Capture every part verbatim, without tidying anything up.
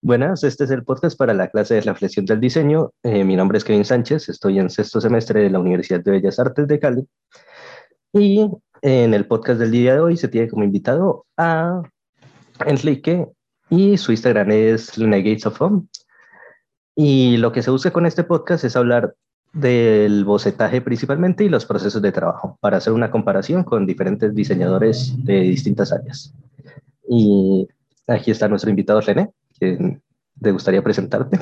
Buenas, este es el podcast para la clase de reflexión del diseño. Eh, mi nombre es Kevin Sánchez, estoy en sexto semestre de la Universidad de Bellas Artes de Cali y en el podcast del día de hoy se tiene como invitado a Enrique y su Instagram es Renegades of Home. Y lo que se busca con este podcast es hablar del bocetaje principalmente y los procesos de trabajo para hacer una comparación con diferentes diseñadores de distintas áreas. Y aquí está nuestro invitado René, que te gustaría presentarte.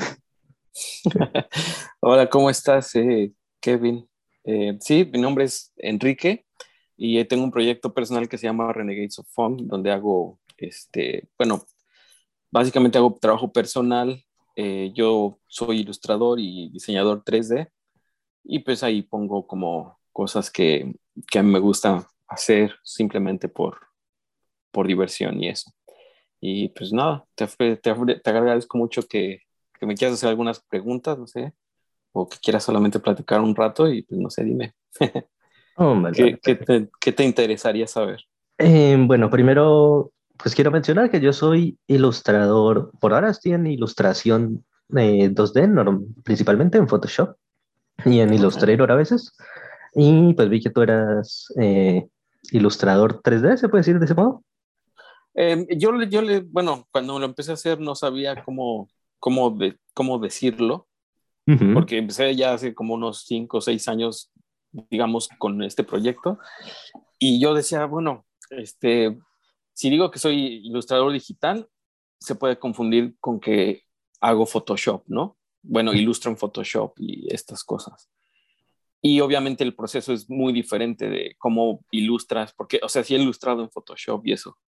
Hola, ¿cómo estás, eh, Kevin? Eh, sí, mi nombre es Enrique y tengo un proyecto personal que se llama Renegades of Fun, donde hago, este, bueno, básicamente hago trabajo personal. Eh, yo soy ilustrador y diseñador tres D y pues ahí pongo como cosas que, que a mí me gusta hacer simplemente por, por diversión y eso. Y pues nada, te, te, te agradezco mucho que, que me quieras hacer algunas preguntas, no sé, o que quieras solamente platicar un rato y pues no sé, dime, Oh, vale, vale, ¿qué, qué perfecto. te, qué te interesaría saber? Eh, bueno, primero, pues quiero mencionar que yo soy ilustrador. Por ahora estoy en ilustración eh, dos D, norm- principalmente en Photoshop y en Ok. Illustrator a veces. Y pues vi que tú eras eh, ilustrador tres D, ¿se puede decir de ese modo? Eh, yo, le- yo le, bueno, cuando lo empecé a hacer no sabía cómo, cómo, de, cómo decirlo, Ujú. porque empecé ya hace como unos cinco o seis años, digamos, con este proyecto, y yo decía, bueno, este, si digo que soy ilustrador digital, se puede confundir con que hago Photoshop, ¿no? Bueno, ilustro en Photoshop y estas cosas. Y obviamente el proceso es muy diferente de cómo ilustras, porque, o sea, sí he ilustrado en Photoshop y eso.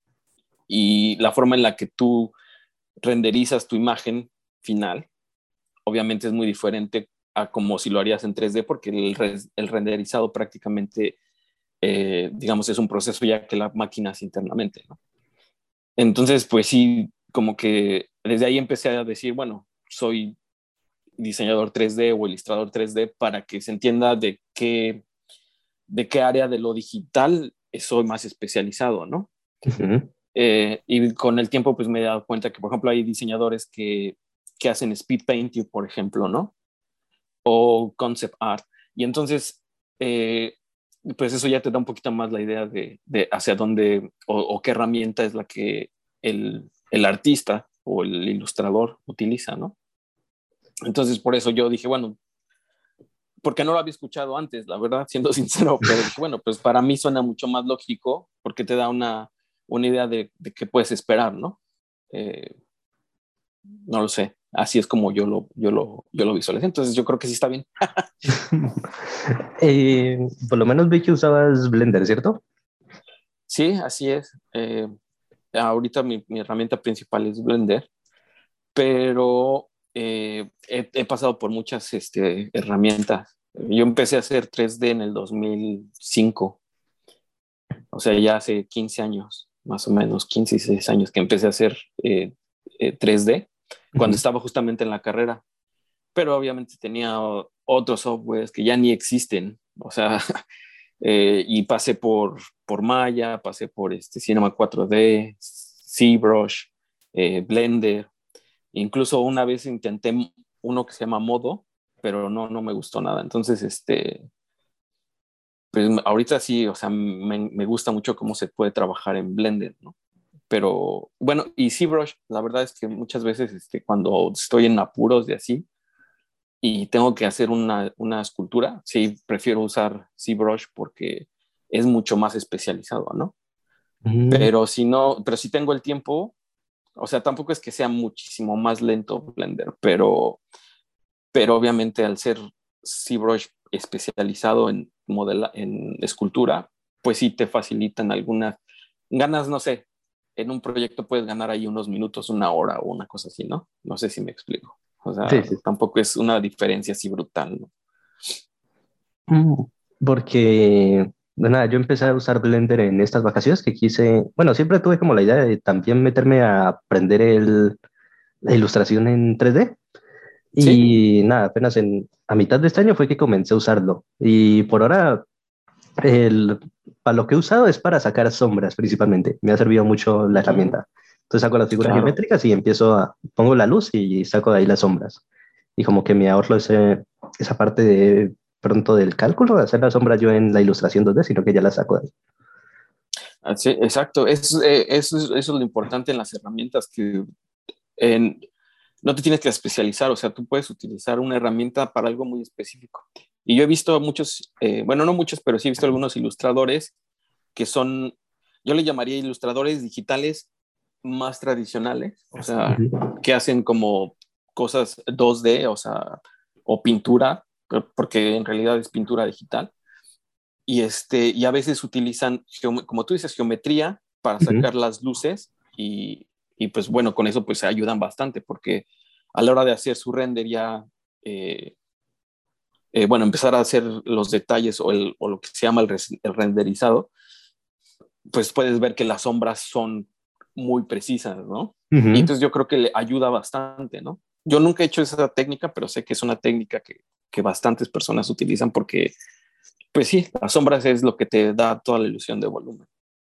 Y la forma en la que tú renderizas tu imagen final, obviamente es muy diferente a como si lo harías en tres D, porque el, el renderizado prácticamente, eh, digamos, es un proceso ya que la máquina hace internamente, ¿no? Entonces, pues sí, como que desde ahí empecé a decir, bueno, soy diseñador tres D o ilustrador tres D para que se entienda de qué de qué área de lo digital soy más especializado, ¿no? Ujú. Eh, y con el tiempo pues me he dado cuenta que, por ejemplo, hay diseñadores que, que hacen speed painting, por ejemplo, ¿no? O concept art. Y entonces, eh, pues eso ya te da un poquito más la idea de, de hacia dónde o, o, qué herramienta es la que el, el artista o el ilustrador utiliza, ¿no? Entonces, por eso yo dije, bueno, porque no lo había escuchado antes, la verdad, siendo sincero, pero dije, bueno, pues para mí suena mucho más lógico porque te da una, una idea de, de qué puedes esperar, ¿no? Eh, no lo sé, así es como yo lo, yo lo, yo lo visualicé, entonces yo creo que sí está bien. Eh, por lo menos vi que usabas Blender, ¿cierto? Sí, así es. Eh, ahorita mi, mi, herramienta principal es Blender, pero eh, he, he, pasado por muchas este, herramientas. Yo empecé a hacer tres D en el dos mil cinco, o sea, ya hace quince años, más o menos, quince y seis años que empecé a hacer eh, eh, tres D, cuando Ujú. estaba justamente en la carrera, pero obviamente tenía otros softwares que ya ni existen, o sea, eh, y pasé por, por Maya, pasé por este Cinema cuatro D, ZBrush, eh, Blender, incluso una vez intenté uno que se llama Modo, pero no, no me gustó nada, entonces, este, pues ahorita sí, o sea, me, me gusta mucho cómo se puede trabajar en Blender, ¿no? Pero bueno, y ZBrush, la verdad es que muchas veces este, cuando estoy en apuros de así y tengo que hacer una, una escultura, sí, prefiero usar ZBrush porque es mucho más especializado, ¿no? Mm. Pero si no, pero si tengo el tiempo, o sea, tampoco es que sea muchísimo más lento Blender, pero, pero obviamente al ser ZBrush especializado en, modela, en escultura, pues sí te facilitan algunas, ganas, no sé, en un proyecto puedes ganar ahí unos minutos, una hora o una cosa así, ¿no? No sé si me explico. O Sí, sea, sí. tampoco es una diferencia así brutal, ¿no? Mm, Porque, bueno, nada, yo empecé a usar Blender en estas vacaciones que quise, bueno, siempre tuve como la idea de también meterme a aprender el, la ilustración en tres D. Sí, Y nada, apenas en, a mitad de este año fue que comencé a usarlo. Y por ahora, el, para lo que he usado es para sacar sombras principalmente. Me ha servido mucho la uh -huh. herramienta. Entonces saco las figuras claro. geométricas y empiezo a, pongo la luz y saco de ahí las sombras. Y como que me ahorro ese, esa parte de pronto del cálculo, de hacer la sombra yo en la ilustración dos D, sino que ya la saco de ahí. Así, exacto, es, eh, eso, es, eso es lo importante en las herramientas, que en, no te tienes que especializar, o sea, tú puedes utilizar una herramienta para algo muy específico. Y yo he visto muchos, eh, bueno, no muchos, pero sí he visto algunos ilustradores que son, yo le llamaría ilustradores digitales más tradicionales, o sea, Ujú. que hacen como cosas dos D, o sea, o pintura, porque en realidad es pintura digital. Y, este, y a veces utilizan, como tú dices, geometría para Ujú. sacar las luces y, y pues bueno, con eso pues se ayudan bastante porque a la hora de hacer su render ya, eh, eh, bueno, empezar a hacer los detalles o, el, o lo que se llama el, res, el renderizado, pues puedes ver que las sombras son muy precisas, ¿no? Y Ujú. entonces yo creo que le ayuda bastante, ¿no? Yo nunca he hecho esa técnica, pero sé que es una técnica que, que bastantes personas utilizan porque, pues sí, las sombras es lo que te da toda la ilusión de volumen.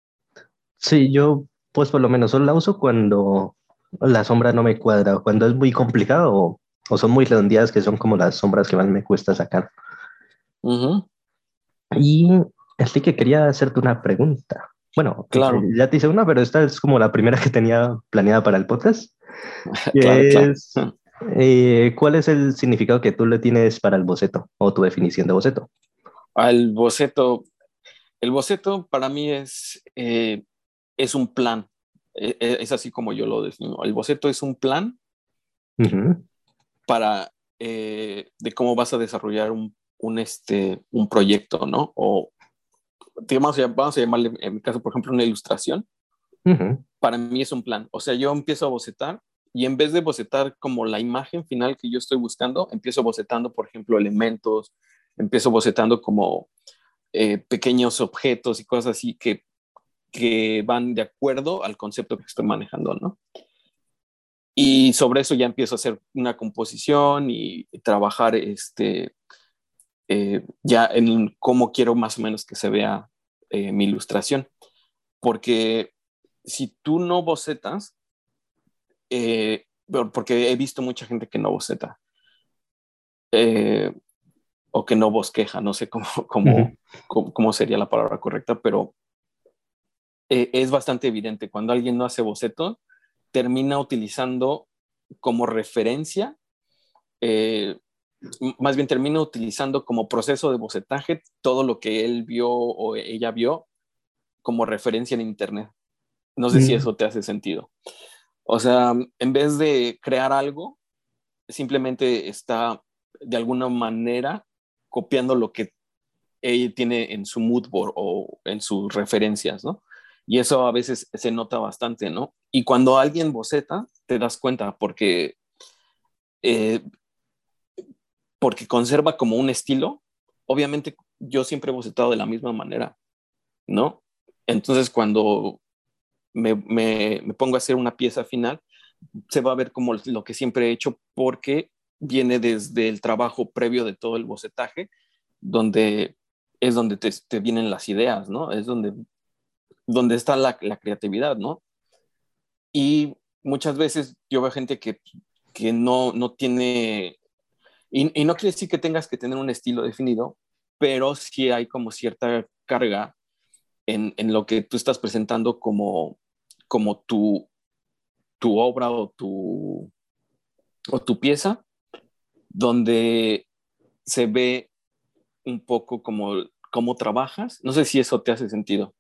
Sí, yo pues por lo menos solo la uso cuando la sombra no me cuadra, o cuando es muy complicado o, o son muy redondeadas, que son como las sombras que más me cuesta sacar. Uh -huh, Y así que quería hacerte una pregunta. Bueno, claro, ya te hice una, pero esta es como la primera que tenía planeada para el podcast. claro, Que claro. es, eh, ¿cuál es el significado que tú le tienes para el boceto o tu definición de boceto? Al boceto, el boceto para mí es, eh, es un plan. Eh, es así como yo lo defino. El boceto es un plan Ujú. para eh, de cómo vas a desarrollar un, un, este, un proyecto, ¿no? O digamos, vamos a llamarle, en mi caso, por ejemplo, una ilustración. Ujú. Para mí es un plan. O sea, yo empiezo a bocetar y en vez de bocetar como la imagen final que yo estoy buscando, empiezo bocetando, por ejemplo, elementos, empiezo bocetando como eh, pequeños objetos y cosas así que, que van de acuerdo al concepto que estoy manejando, ¿no? Y sobre eso ya empiezo a hacer una composición y, y trabajar este, eh, ya en cómo quiero más o menos que se vea eh, mi ilustración. Porque si tú no bocetas, eh, porque he visto mucha gente que no boceta eh, o que no bosqueja, no sé cómo, Ujú. cómo, cómo, cómo sería la palabra correcta, pero eh, es bastante evidente. Cuando alguien no hace boceto, termina utilizando como referencia, eh, más bien termina utilizando como proceso de bocetaje todo lo que él vio o ella vio como referencia en Internet. No sé si Mm. eso te hace sentido. O sea, en vez de crear algo, simplemente está de alguna manera copiando lo que ella tiene en su mood board o en sus referencias, ¿no? Y eso a veces se nota bastante, ¿no? Y cuando alguien boceta, te das cuenta porque, eh, porque conserva como un estilo. Obviamente yo siempre he bocetado de la misma manera, ¿no? Entonces cuando me, me, me pongo a hacer una pieza final, se va a ver como lo que siempre he hecho porque viene desde el trabajo previo de todo el bocetaje, donde es donde te, te vienen las ideas, ¿no? Es donde, donde está la, la creatividad, ¿no? Y muchas veces yo veo gente que, que no, no tiene, y, y no quiere decir que tengas que tener un estilo definido, pero sí hay como cierta carga en, en lo que tú estás presentando como, como tu, tu obra o tu, o tu pieza, donde se ve un poco como cómo trabajas. No sé si eso te hace sentido.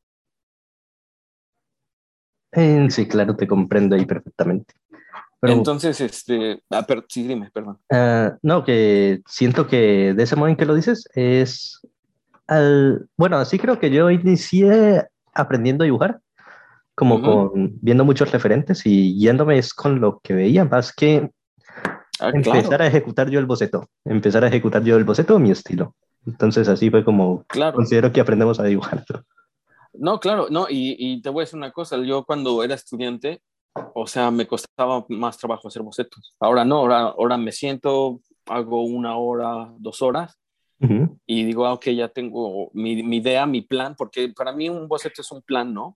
Eh, sí, claro, te comprendo ahí perfectamente. Pero Entonces, este, ah, per, sí, dime, perdón. ah, no, que siento que de ese modo en que lo dices es al, bueno, así creo que yo inicié aprendiendo a dibujar, Uh como -huh. con viendo muchos referentes y yéndome es con lo que veía, más que Ah, empezar a claro, ejecutar yo el boceto, empezar a ejecutar yo el boceto, mi estilo. Entonces así fue como claro. considero que aprendemos a dibujar. No, claro, no, y, y te voy a decir una cosa, yo cuando era estudiante, o sea, me costaba más trabajo hacer bocetos. Ahora no, ahora, ahora me siento, hago una hora, dos horas Ujú. y digo, ah, ok, ya tengo mi, mi idea, mi plan, porque para mí un boceto es un plan, ¿no?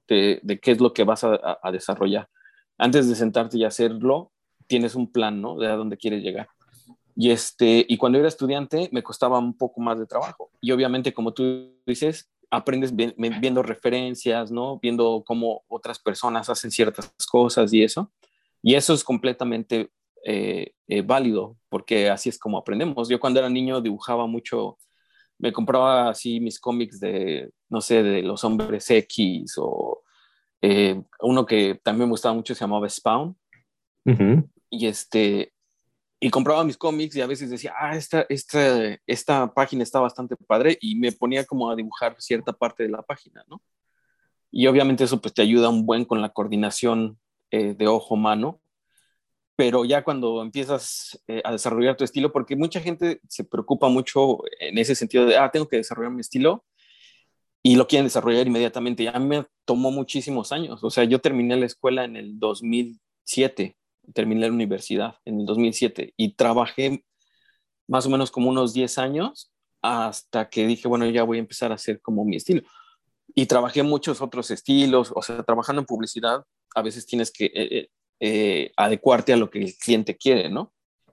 de, de qué es lo que vas a, a, a desarrollar. Antes de sentarte y hacerlo, tienes un plan, ¿no? De a dónde quieres llegar. Y, este, y cuando era estudiante me costaba un poco más de trabajo. Y obviamente, como tú dices, aprendes vi- viendo referencias, ¿no? Viendo cómo otras personas hacen ciertas cosas y eso. Y eso es completamente eh, eh, válido, porque así es como aprendemos. Yo cuando era niño dibujaba mucho, me compraba así mis cómics de, no sé, de los hombres X o eh, uno que también me gustaba mucho se llamaba Spawn. Ujú. Y este, y compraba mis cómics y a veces decía, ah, esta, esta, esta página está bastante padre y me ponía como a dibujar cierta parte de la página, ¿no? Y obviamente eso pues te ayuda un buen con la coordinación eh, de ojo-mano, pero ya cuando empiezas eh, a desarrollar tu estilo, porque mucha gente se preocupa mucho en ese sentido de, ah, tengo que desarrollar mi estilo y lo quieren desarrollar inmediatamente. Ya me tomó muchísimos años, o sea, yo terminé la escuela en el dos mil siete, terminé la universidad en el dos mil siete y trabajé más o menos como unos diez años hasta que dije, bueno, ya voy a empezar a hacer como mi estilo. Y trabajé muchos otros estilos, o sea, trabajando en publicidad, a veces tienes que eh, eh, adecuarte a lo que el cliente quiere, ¿no?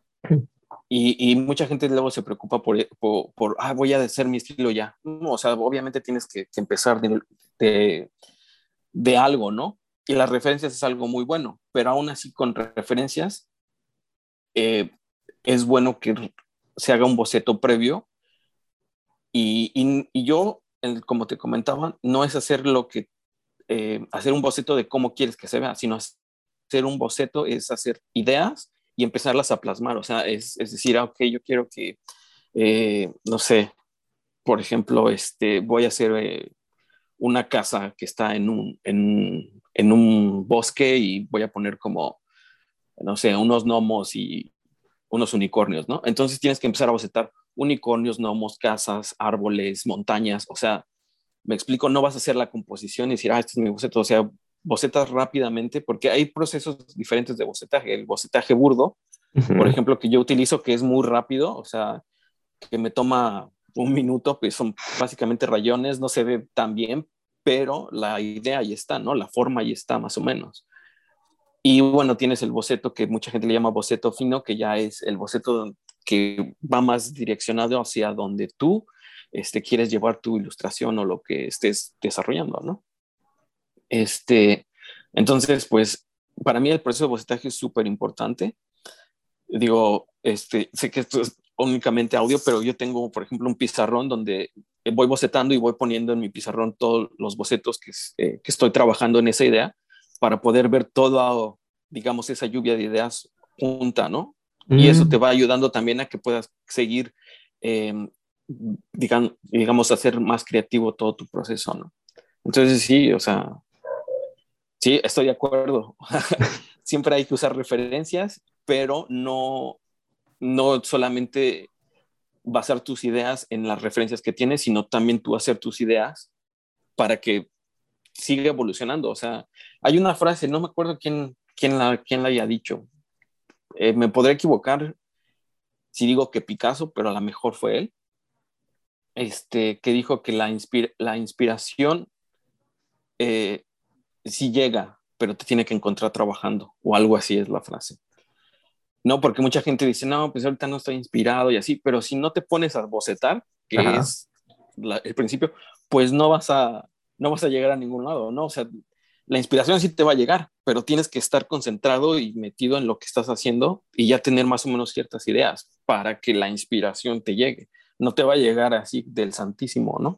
Y, y mucha gente luego se preocupa por, por, por, ah, voy a hacer mi estilo ya. No, o sea, obviamente tienes que, que empezar de, de, de algo, ¿no? Y las referencias es algo muy bueno, pero aún así con referencias eh, es bueno que se haga un boceto previo y, y, y yo, el, como te comentaba, no es hacer lo que, eh, hacer un boceto de cómo quieres que se vea, sino hacer un boceto es hacer ideas y empezarlas a plasmar, o sea, es, es decir, ah, ok, yo quiero que, eh, no sé, por ejemplo, este, voy a hacer eh, una casa que está en un, en, en un bosque y voy a poner como, no sé, unos gnomos y unos unicornios, ¿no? Entonces tienes que empezar a bocetar unicornios, gnomos, casas, árboles, montañas, o sea, me explico, no vas a hacer la composición y decir, ah, este es mi boceto, o sea, bocetas rápidamente, porque hay procesos diferentes de bocetaje. El bocetaje burdo, por Ujú. ejemplo, que yo utilizo, que es muy rápido, o sea, que me toma un minuto, pues son básicamente rayones, no se ve tan bien, pero la idea ahí está, ¿no? La forma ahí está, más o menos. Y bueno, tienes el boceto que mucha gente le llama boceto fino, que ya es el boceto que va más direccionado hacia donde tú este, quieres llevar tu ilustración o lo que estés desarrollando, ¿no? Este, entonces, pues, para mí el proceso de bocetaje es súper importante. Digo, este, sé que esto es únicamente audio, pero yo tengo, por ejemplo, un pizarrón donde voy bocetando y voy poniendo en mi pizarrón todos los bocetos que, eh, que estoy trabajando en esa idea para poder ver toda, digamos, esa lluvia de ideas junta, ¿no? Y eso te Mm. va ayudando también a que puedas seguir, eh, digan, digamos, hacer más creativo todo tu proceso, ¿no? Entonces sí, o sea, sí, estoy de acuerdo. Siempre hay que usar referencias, pero no, no solamente basar tus ideas en las referencias que tienes, sino también tú hacer tus ideas para que siga evolucionando. O sea, hay una frase, no me acuerdo quién, quién, la, quién la haya dicho. Eh, me podré equivocar si digo que Picasso, pero a lo mejor fue él, este, que dijo que la, inspira, la inspiración eh, sí llega, pero te tiene que encontrar trabajando, o algo así es la frase. No, porque mucha gente dice, no, pues ahorita no estoy inspirado y así, pero si no te pones a bocetar, que Ajá. es la, el principio, pues no vas a, no vas a llegar a ningún lado, ¿no? O sea, la inspiración sí te va a llegar, pero tienes que estar concentrado y metido en lo que estás haciendo y ya tener más o menos ciertas ideas para que la inspiración te llegue. No te va a llegar así del santísimo, ¿no?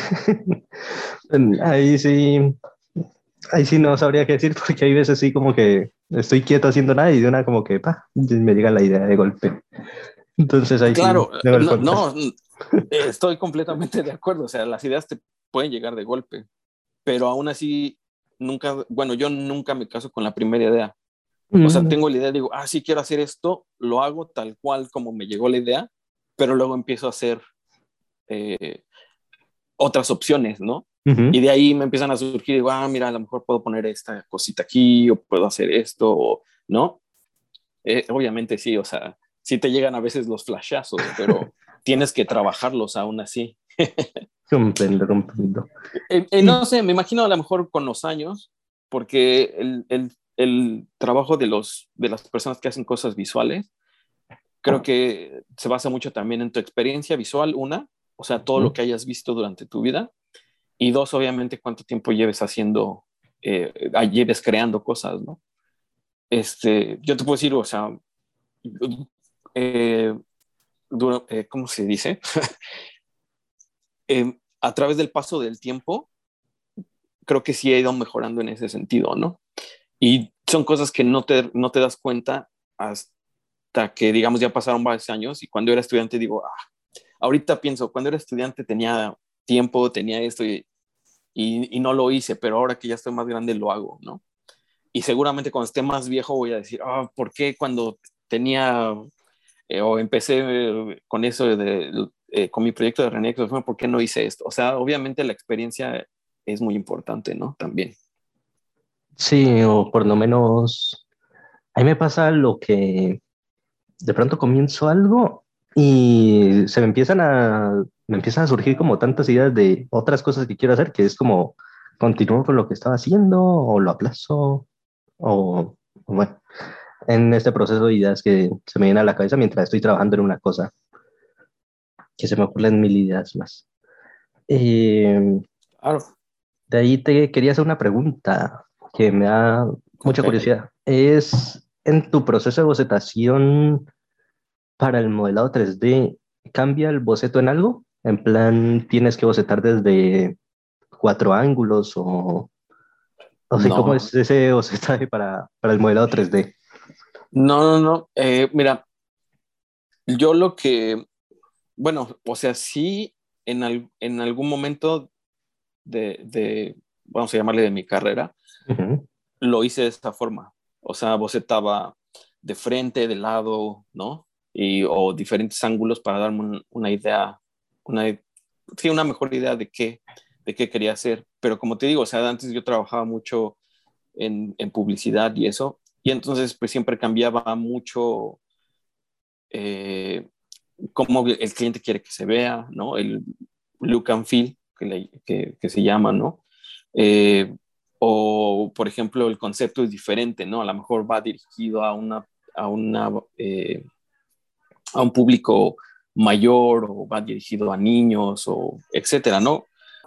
Ahí sí, ahí sí no sabría qué decir porque hay veces sí como que estoy quieto haciendo nada y de una como que pa, me llega la idea de golpe. Entonces ahí sí Claro, tengo el no, contraste. no, estoy completamente de acuerdo, o sea, las ideas te pueden llegar de golpe, pero aún así, nunca, bueno, yo nunca me caso con la primera idea. O sea, Mm. tengo la idea, digo, ah, sí quiero hacer esto, lo hago tal cual como me llegó la idea, pero luego empiezo a hacer eh, otras opciones, ¿no? Ujú. Y de ahí me empiezan a surgir, digo, ah, mira, a lo mejor puedo poner esta cosita aquí, o puedo hacer esto, o, ¿no? Eh, obviamente sí, o sea, sí te llegan a veces los flashazos, pero tienes que trabajarlos aún así. Comprendo, comprendo. Eh, eh, Y no sé, me imagino a lo mejor con los años, porque el, el, el trabajo de, los, de las personas que hacen cosas visuales, creo que se basa mucho también en tu experiencia visual, una, o sea, todo lo ujú. que hayas visto durante tu vida, y dos, obviamente, cuánto tiempo lleves haciendo, eh, lleves creando cosas, ¿no? Este, yo te puedo decir, o sea, eh, duro, eh, ¿cómo se dice? eh, a través del paso del tiempo, creo que sí he ido mejorando en ese sentido, ¿no? Y son cosas que no te, no te das cuenta hasta que, digamos, ya pasaron varios años y cuando era estudiante digo, ah, ahorita pienso, cuando era estudiante tenía tiempo, tenía esto y, y, y no lo hice, pero ahora que ya estoy más grande lo hago, ¿no? Y seguramente cuando esté más viejo voy a decir, ah, ¿por qué cuando tenía eh, o empecé eh, con eso de, de eh, con mi proyecto de René, ¿por qué no hice esto? O sea, obviamente la experiencia es muy importante, ¿no? También. Sí, o por lo menos a mí me pasa lo que de pronto comienzo algo y se me empiezan a, me empiezan a surgir como tantas ideas de otras cosas que quiero hacer, que es como continúo con lo que estaba haciendo o lo aplazo o bueno, en este proceso de ideas que se me vienen a la cabeza mientras estoy trabajando en una cosa, que se me ocurren mil ideas más. Eh, Claro. de ahí te quería hacer una pregunta que me da mucha Ok. curiosidad. ¿Es en tu proceso de bocetación para el modelado tres D, cambia el boceto en algo? En plan, ¿tienes que bocetar desde cuatro ángulos o, o sea, cómo No, es ese bocetaje para, para el modelado tres D? no, no, no. Eh, mira, yo lo que, bueno, o sea, sí, en, al- en algún momento de, de, vamos a llamarle de mi carrera, Ujú. lo hice de esta forma. O sea, bocetaba de frente, de lado, ¿no? Y, o diferentes ángulos para darme un- una idea, una, sí, una mejor idea de qué, de qué quería hacer. Pero como te digo, o sea, antes yo trabajaba mucho en, en publicidad y eso, y entonces pues siempre cambiaba mucho eh, cómo el cliente quiere que se vea, ¿no? El look and feel que, le, que, que se llama, ¿no? Eh, o, por ejemplo, el concepto es diferente, ¿no? A lo mejor va dirigido a una, a una, eh, a un público mayor o va dirigido a niños o etcétera, ¿no?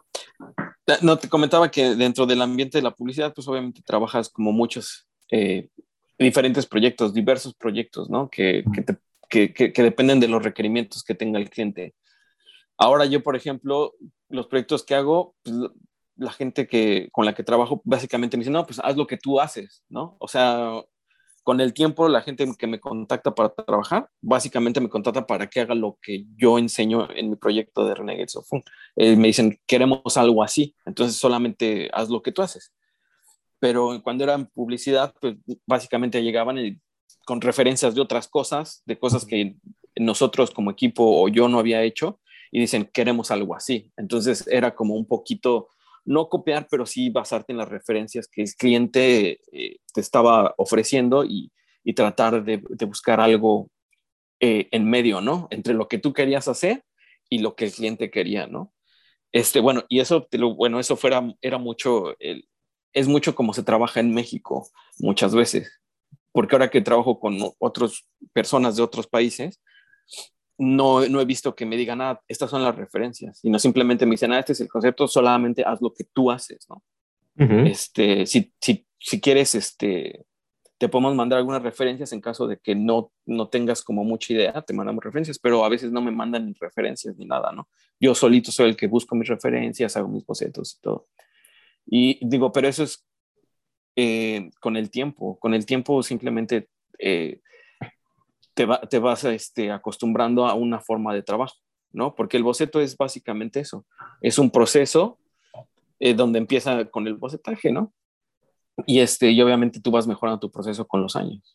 No, te comentaba que dentro del ambiente de la publicidad, pues obviamente trabajas como muchos eh, diferentes proyectos, diversos proyectos, ¿no? Que, que, te, que, que, que dependen de los requerimientos que tenga el cliente. Ahora yo, por ejemplo, los proyectos que hago, pues, la gente que, con la que trabajo básicamente me dice, no, pues haz lo que tú haces, ¿no? O sea, con el tiempo la gente que me contacta para trabajar, básicamente me contacta para que haga lo que yo enseño en mi proyecto de Renegades of Fun. Eh, me dicen, queremos algo así, entonces solamente haz lo que tú haces. Pero cuando era en publicidad, pues básicamente llegaban y, con referencias de otras cosas, de cosas que nosotros como equipo o yo no había hecho, y dicen, queremos algo así. Entonces era como un poquito, no copiar, pero sí basarte en las referencias que el cliente eh, te estaba ofreciendo y, y tratar de, de, buscar algo eh, en medio, ¿no? Entre lo que tú querías hacer y lo que el cliente quería, ¿no? Este, bueno, y eso, bueno, eso fuera, era mucho, el, es mucho como se trabaja en México muchas veces, porque ahora que trabajo con otras personas de otros países, no, no he visto que me digan, ah, estas son las referencias, sino simplemente me dicen, ah, este es el concepto, solamente haz lo que tú haces, ¿no? Ujú. Este, si, si, si quieres, este, te podemos mandar algunas referencias en caso de que no, no tengas como mucha idea, te mandamos referencias, pero a veces no me mandan ni referencias ni nada, ¿no? Yo solito soy el que busco mis referencias, hago mis bocetos y todo. Y digo, pero eso es eh, con el tiempo, con el tiempo simplemente eh, te, va, te vas este, acostumbrando a una forma de trabajo, ¿no? Porque el boceto es básicamente eso, es un proceso eh, donde empieza con el bocetaje, ¿no? Y, este, y obviamente tú vas mejorando tu proceso con los años.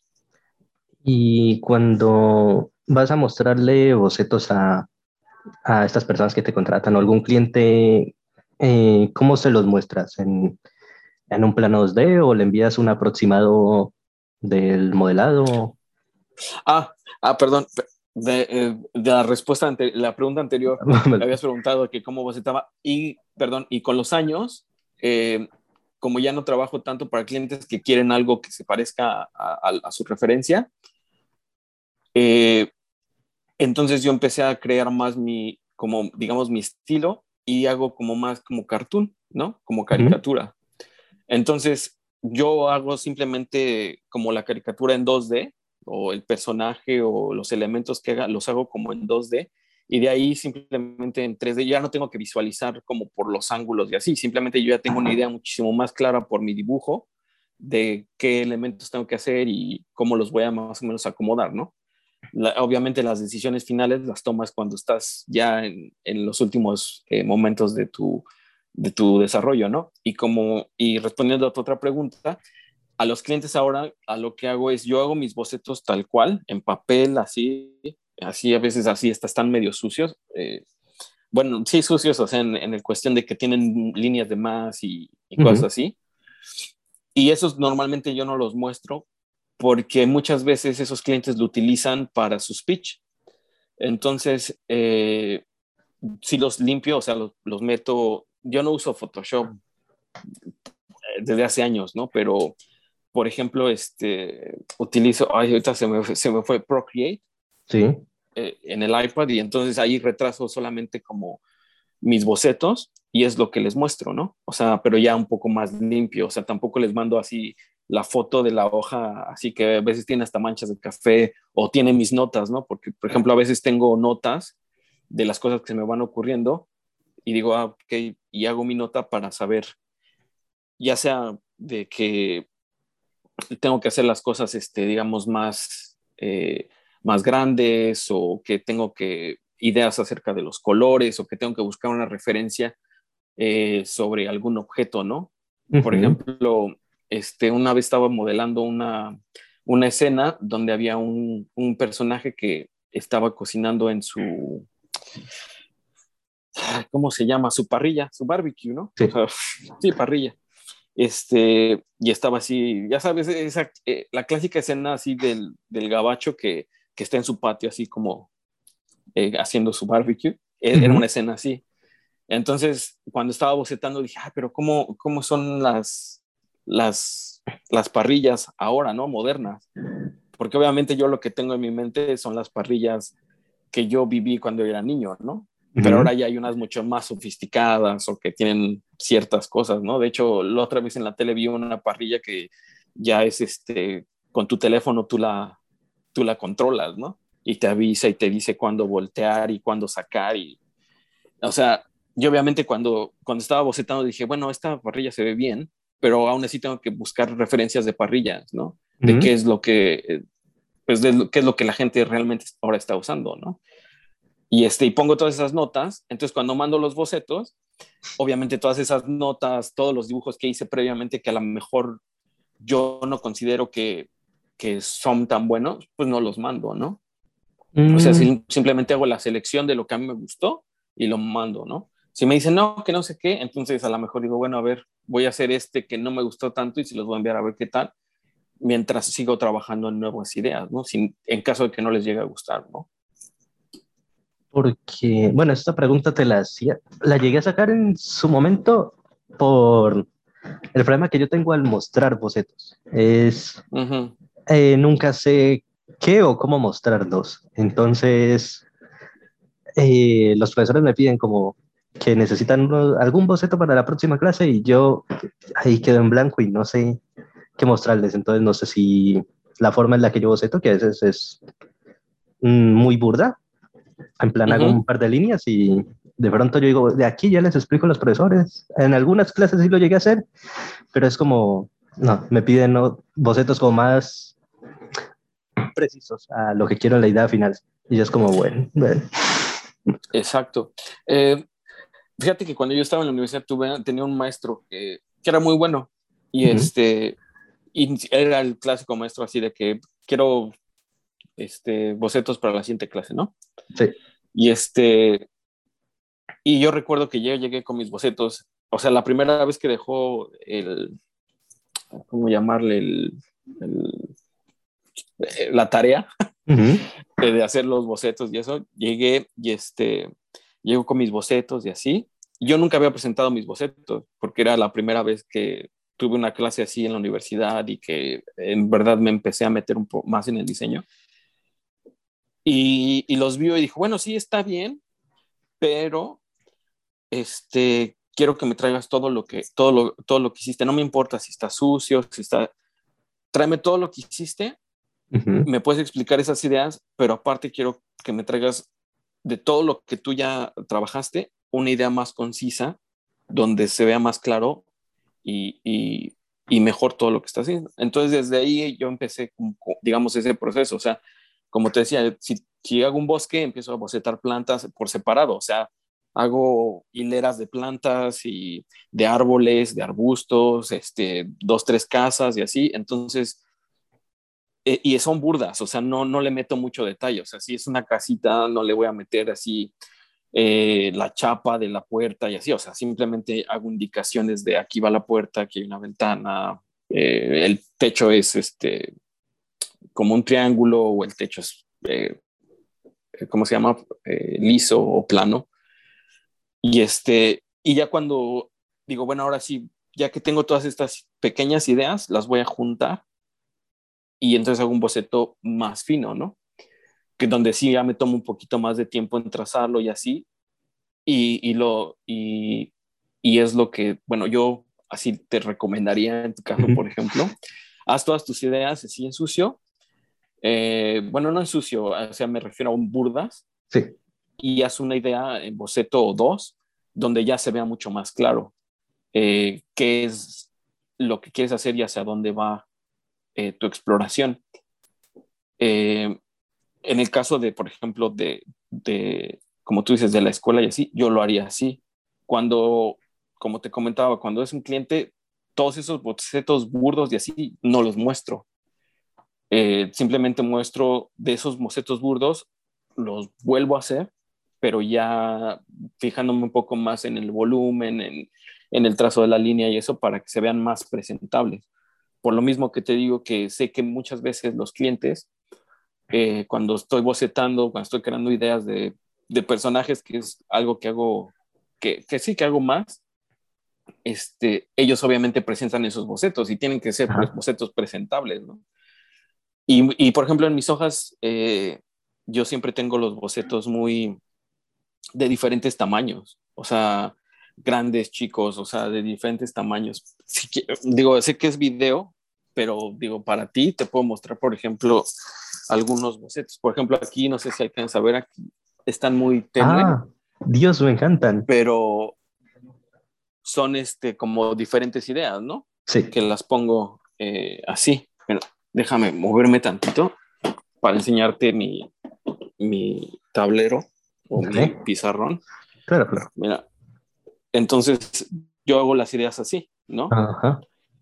Y cuando vas a mostrarle bocetos a, a estas personas que te contratan o algún cliente, eh, ¿cómo se los muestras? ¿En, en un plano dos D o le envías un aproximado del modelado? Ah, ah, perdón. de, eh, de la respuesta, ante, la pregunta anterior, me habías preguntado que cómo bocetaba y, perdón, y con los años, eh, como ya no trabajo tanto para clientes que quieren algo que se parezca a, a, a su referencia, eh, entonces yo empecé a crear más mi, como digamos, mi estilo y hago como más como cartoon, ¿no? Como Ujú. caricatura. Entonces yo hago simplemente como la caricatura en dos D o el personaje o los elementos que haga, los hago como en dos D y de ahí simplemente en tres D ya no tengo que visualizar como por los ángulos y así, simplemente yo ya tengo una idea muchísimo más clara por mi dibujo de qué elementos tengo que hacer y cómo los voy a más o menos acomodar, ¿no? La, obviamente las decisiones finales las tomas cuando estás ya en, en los últimos eh, momentos de tu, de tu desarrollo, ¿no? Y, como, y respondiendo a tu otra pregunta, a los clientes ahora a lo que hago es, yo hago mis bocetos tal cual, en papel, así, así a veces así, hasta están medio sucios. Eh, bueno, sí sucios, o sea, en, en el cuestión de que tienen líneas de más y, y cosas Ujú. así. Y esos normalmente yo no los muestro porque muchas veces esos clientes lo utilizan para su speech. Entonces, eh, si los limpio, o sea, los, los meto, yo no uso Photoshop eh, desde hace años, ¿no? Pero, por ejemplo, este, utilizo, ay, ahorita se me, se me fue Procreate Sí. eh, en el iPad y entonces ahí retraso solamente como mis bocetos y es lo que les muestro, ¿no? O sea, pero ya un poco más limpio, o sea, tampoco les mando así la foto de la hoja, así que a veces tiene hasta manchas de café o tiene mis notas, ¿no? Porque, por ejemplo, a veces tengo notas de las cosas que se me van ocurriendo y digo, ah, ok, y hago mi nota para saber, ya sea de que tengo que hacer las cosas, este, digamos, más, eh, más grandes o que tengo que ideas acerca de los colores o que tengo que buscar una referencia eh, sobre algún objeto, ¿no? Por Ujú. ejemplo, este, una vez estaba modelando una, una escena donde había un, un personaje que estaba cocinando en su, ¿cómo se llama? Su parrilla, su barbecue, ¿no? O Sí. sea, sí, parrilla. Este, y estaba así, ya sabes, esa, eh, la clásica escena así del, del gabacho que, que está en su patio así como eh, haciendo su barbecue. E- Era Ujú. una escena así. Entonces, cuando estaba bocetando, dije, ah, pero ¿cómo, cómo son las, las, las parrillas ahora, ¿no? Modernas. Porque obviamente yo lo que tengo en mi mente son las parrillas que yo viví cuando era niño, ¿no? Pero Ujú. ahora ya hay unas mucho más sofisticadas o que tienen ciertas cosas, ¿no? De hecho, la otra vez en la tele vi una parrilla que ya es este, con tu teléfono tú la, tú la controlas, ¿no? Y te avisa y te dice cuándo voltear y cuándo sacar y o sea, yo obviamente cuando, cuando estaba bocetando dije, bueno, esta parrilla se ve bien, pero aún así tengo que buscar referencias de parrillas, ¿no? De Ujú. qué es lo que, eh, pues de lo, qué es lo que la gente realmente ahora está usando, ¿no? Y, este, y pongo todas esas notas, entonces cuando mando los bocetos, obviamente todas esas notas, todos los dibujos que hice previamente que a lo mejor yo no considero que, que son tan buenos, pues no los mando, ¿no? O sea, Mm. sim- simplemente hago la selección de lo que a mí me gustó y lo mando, ¿no? Si me dicen, no, que no sé qué, entonces a lo mejor digo, bueno, a ver, voy a hacer este que no me gustó tanto y se los voy a enviar a ver qué tal, mientras sigo trabajando en nuevas ideas, ¿no? Sin, en caso de que no les llegue a gustar, ¿no? Porque, bueno, esta pregunta te la hacía, la llegué a sacar en su momento por el problema que yo tengo al mostrar bocetos. Es, Uh -huh. eh, nunca sé qué o cómo mostrarlos. Entonces, eh, los profesores me piden como que necesitan uno- algún boceto para la próxima clase y yo ahí quedo en blanco y no sé qué mostrarles. Entonces, no sé si la forma en la que yo boceto, que a veces es mm, muy burda, en plan Uh hago -huh. un par de líneas y de pronto yo digo, de aquí ya les explico a los profesores. En algunas clases sí lo llegué a hacer, pero es como, no, me piden ¿no? bocetos como más precisos a lo que quiero en la idea final. Y es como, bueno, bueno. Exacto. Eh, fíjate que cuando yo estaba en la universidad tuve, tenía un maestro que, que era muy bueno y Uh -huh. este y era el clásico maestro así de que quiero este, bocetos para la siguiente clase, ¿no? Sí. Y este, y yo recuerdo que yo llegué con mis bocetos, o sea, la primera vez que dejó el, ¿cómo llamarle? El, el, eh, la tarea, Uh -huh. de hacer los bocetos y eso, llegué y este, llego con mis bocetos y así. Yo nunca había presentado mis bocetos porque era la primera vez que tuve una clase así en la universidad y que en verdad me empecé a meter un poco más en el diseño. Y, y los vio y dijo, bueno, sí, está bien, pero este, quiero que me traigas todo lo que, todo lo, todo lo que hiciste. No me importa si está sucio, si está... Tráeme todo lo que hiciste, Ujú. me puedes explicar esas ideas, pero aparte quiero que me traigas de todo lo que tú ya trabajaste, una idea más concisa, donde se vea más claro y, y, y mejor todo lo que está haciendo. Entonces, desde ahí yo empecé, digamos, ese proceso. O sea, como te decía, si, si hago un bosque, empiezo a bocetar plantas por separado. O sea, hago hileras de plantas y de árboles, de arbustos, este, dos, tres casas y así. Entonces, eh, y son burdas, o sea, no, no le meto mucho detalle. O sea, si es una casita, no le voy a meter así eh, la chapa de la puerta y así, o sea, simplemente hago indicaciones de aquí va la puerta, aquí hay una ventana, eh, el techo es este, como un triángulo o el techo es, eh, ¿cómo se llama? Eh, liso o plano. Y, este, y ya cuando digo, bueno, ahora sí, ya que tengo todas estas pequeñas ideas, las voy a juntar y entonces hago un boceto más fino, ¿no? Que donde sí ya me tomo un poquito más de tiempo en trazarlo y así, y, y, lo, y, y es lo que, bueno, yo así te recomendaría en tu caso, Ujú. por ejemplo, haz todas tus ideas así en sucio, eh, bueno, no en sucio, o sea, me refiero a un burdas, Sí. y haz una idea en boceto o dos, donde ya se vea mucho más claro eh, qué es lo que quieres hacer y hacia dónde va eh, tu exploración. Eh, en el caso de, por ejemplo, de, de, como tú dices, de la escuela y así, yo lo haría así. Cuando, como te comentaba, cuando es un cliente, todos esos bocetos burdos y así, no los muestro. Eh, simplemente muestro de esos bocetos burdos, los vuelvo a hacer, pero ya fijándome un poco más en el volumen, en, en el trazo de la línea y eso, para que se vean más presentables. Por lo mismo que te digo que sé que muchas veces los clientes eh, cuando estoy bocetando, cuando estoy creando ideas de, de personajes, que es algo que hago, que, que sí que hago más, este, ellos obviamente presentan esos bocetos y tienen que ser pues, Ajá. bocetos presentables, ¿no? Y, y por ejemplo, en mis hojas, eh, yo siempre tengo los bocetos muy de diferentes tamaños, o sea, grandes, chicos, o sea, de diferentes tamaños. Si, digo, sé que es video, pero digo, para ti te puedo mostrar, por ejemplo, algunos bocetos. Por ejemplo, aquí, no sé si alcanzas a ver, aquí están muy tenue, Ah, Dios, me encantan. pero son este, como diferentes ideas, ¿no? Sí. Que las pongo eh, así. Bueno, déjame moverme tantito para enseñarte mi, mi tablero o mi Dale. pizarrón. Claro, claro. Mira, entonces yo hago las ideas así, ¿no? Ajá.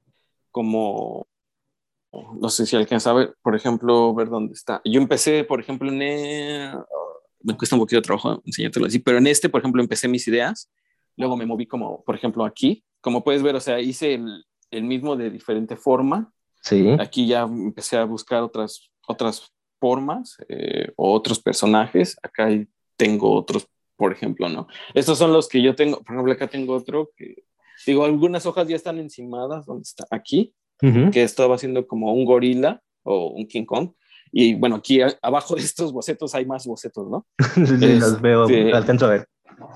Como, no sé si alguien sabe, por ejemplo, ver dónde está. Yo empecé, por ejemplo, en... El, me cuesta un poquito de trabajo enseñártelo así, pero en este, por ejemplo, empecé mis ideas, luego me moví como, por ejemplo, aquí. Como puedes ver, o sea, hice el, el mismo de diferente forma. Sí. Aquí ya empecé a buscar otras, otras formas eh, o otros personajes. Acá tengo otros, por ejemplo, ¿no? Estos son los que yo tengo. Por ejemplo, acá tengo otro que, digo, algunas hojas ya están encimadas, donde está aquí, Ujú. que estaba haciendo como un gorila o un King Kong. Y bueno, aquí a, abajo de estos bocetos hay más bocetos, ¿no? Sí, sí, los veo, Este, alcanzo a ver.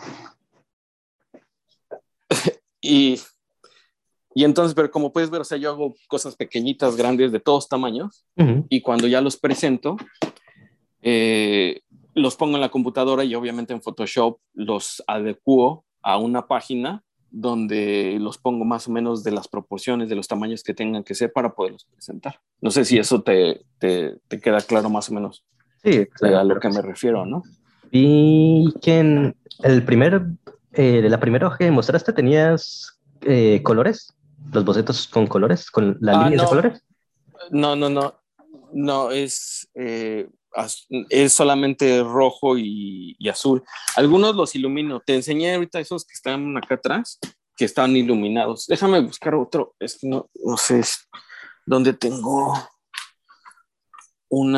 y, y entonces, pero como puedes ver, o sea, yo hago cosas pequeñitas, grandes, de todos tamaños. Ujú. Y cuando ya los presento, eh, los pongo en la computadora y obviamente en Photoshop los adecuo a una página donde los pongo más o menos de las proporciones, de los tamaños que tengan que ser para poderlos presentar. No sé si eso te, te, te queda claro más o menos Sí, eh, claro, a lo claro que que me sí. refiero, ¿no? Vi que en el primer, eh, de la primera hoja que mostraste tenías eh, colores, los bocetos con colores, con las Ah, líneas de no, colores. no, no, no, no, es, eh, es solamente rojo y, y azul. Algunos los ilumino. Te enseñé ahorita esos que están acá atrás, que están iluminados. Déjame buscar otro. Es que no, no sé dónde tengo una.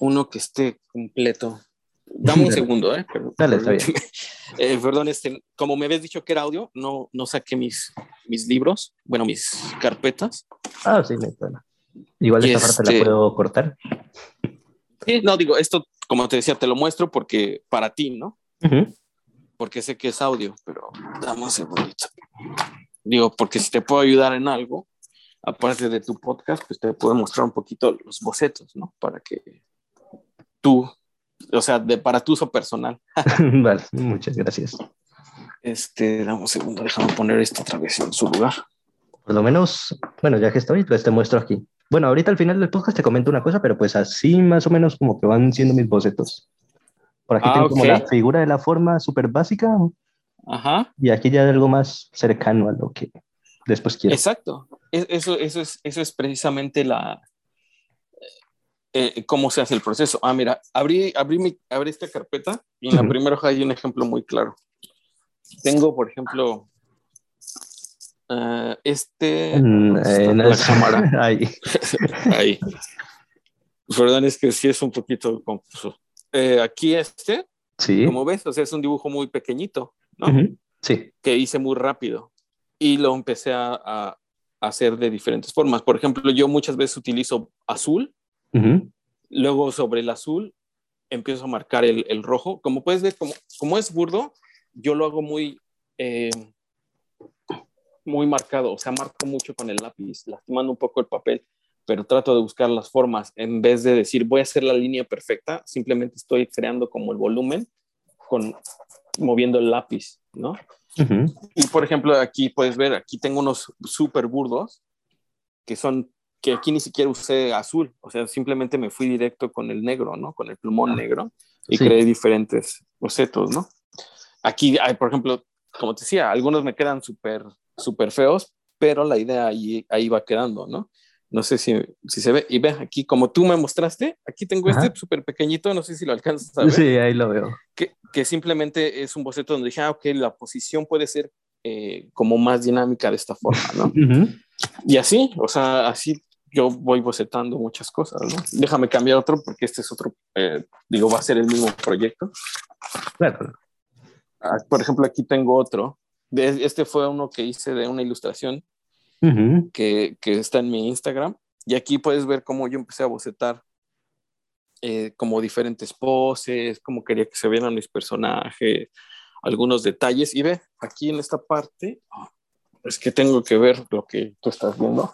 uno que esté completo. Dame un segundo, ¿eh? Perdón, Dale, está bien. eh, perdón, este, como me habías dicho que era audio, no, no saqué mis, mis libros, bueno, mis carpetas. Ah, sí, no hay problema. Igual Y esta parte la este, puedo cortar. sí, no, digo, esto, como te decía, te lo muestro porque para ti, ¿no? Uh-huh. Porque sé que es audio, pero dame un segundito. Digo, porque si te puedo ayudar en algo, aparte de tu podcast, pues te puedo mostrar un poquito los bocetos, ¿no? Para que tú, o sea, de, para tu uso personal. Vale, muchas gracias. Este, dame un segundo, déjame poner esto otra vez en su lugar. Por lo menos, bueno, ya que estoy, pues te muestro aquí. Bueno, ahorita al final del podcast te comento una cosa, pero pues así más o menos como que van siendo mis bocetos. Por aquí Ah, tengo ok. como la figura de la forma súper básica Ajá. y aquí ya algo más cercano a lo que después quiero. Exacto. Es- Eso, eso, es, eso es precisamente la, eh, cómo se hace el proceso. Ah, mira, abrí, abrí, mi, abrí esta carpeta y en la Uh-huh. primera hoja hay un ejemplo muy claro. Tengo, por ejemplo, uh, este, Mm, ¿dónde eh, está no la es... cámara? Ahí. Ahí. Perdón, es que sí es un poquito confuso. Eh, aquí este, Sí. como ves, o sea, es un dibujo muy pequeñito, ¿no? Uh-huh. Sí. Que hice muy rápido y lo empecé a, a hacer de diferentes formas. Por ejemplo, yo muchas veces utilizo azul, Uh-huh. luego sobre el azul empiezo a marcar el, el rojo. Como puedes ver, como, como es burdo, yo lo hago muy, eh, muy marcado, o sea, marco mucho con el lápiz, lastimando un poco el papel, pero trato de buscar las formas. En vez de decir voy a hacer la línea perfecta, simplemente estoy creando como el volumen con moviendo el lápiz, ¿no? Uh-huh. Y por ejemplo, aquí puedes ver, aquí tengo unos súper burdos que son, que aquí ni siquiera usé azul, o sea, simplemente me fui directo con el negro, ¿no? Con el plumón Ah, negro y sí. creé diferentes bocetos, ¿no? Aquí hay, por ejemplo, como te decía, algunos me quedan súper, súper feos, pero la idea ahí, ahí va quedando, ¿no? No sé si, si se ve. Y ve, aquí como tú me mostraste, aquí tengo este Ajá. súper pequeñito, no sé si lo alcanzas a ver, Sí, ahí lo veo. que, que simplemente es un boceto donde dije, ah, ok, la posición puede ser eh, como más dinámica de esta forma, ¿no? Uh-huh. Y así, o sea, así yo voy bocetando muchas cosas, ¿no? Déjame cambiar otro porque este es otro, eh, digo, va a ser el mismo proyecto. Claro. Ah, por ejemplo, aquí tengo otro. De- Este fue uno que hice de una ilustración Uh-huh. que, que está en mi Instagram. Y aquí puedes ver cómo yo empecé a bocetar eh, como diferentes poses, cómo quería que se vieran mis personajes, algunos detalles. Y ve, aquí en esta parte, es que tengo que ver lo que tú estás viendo.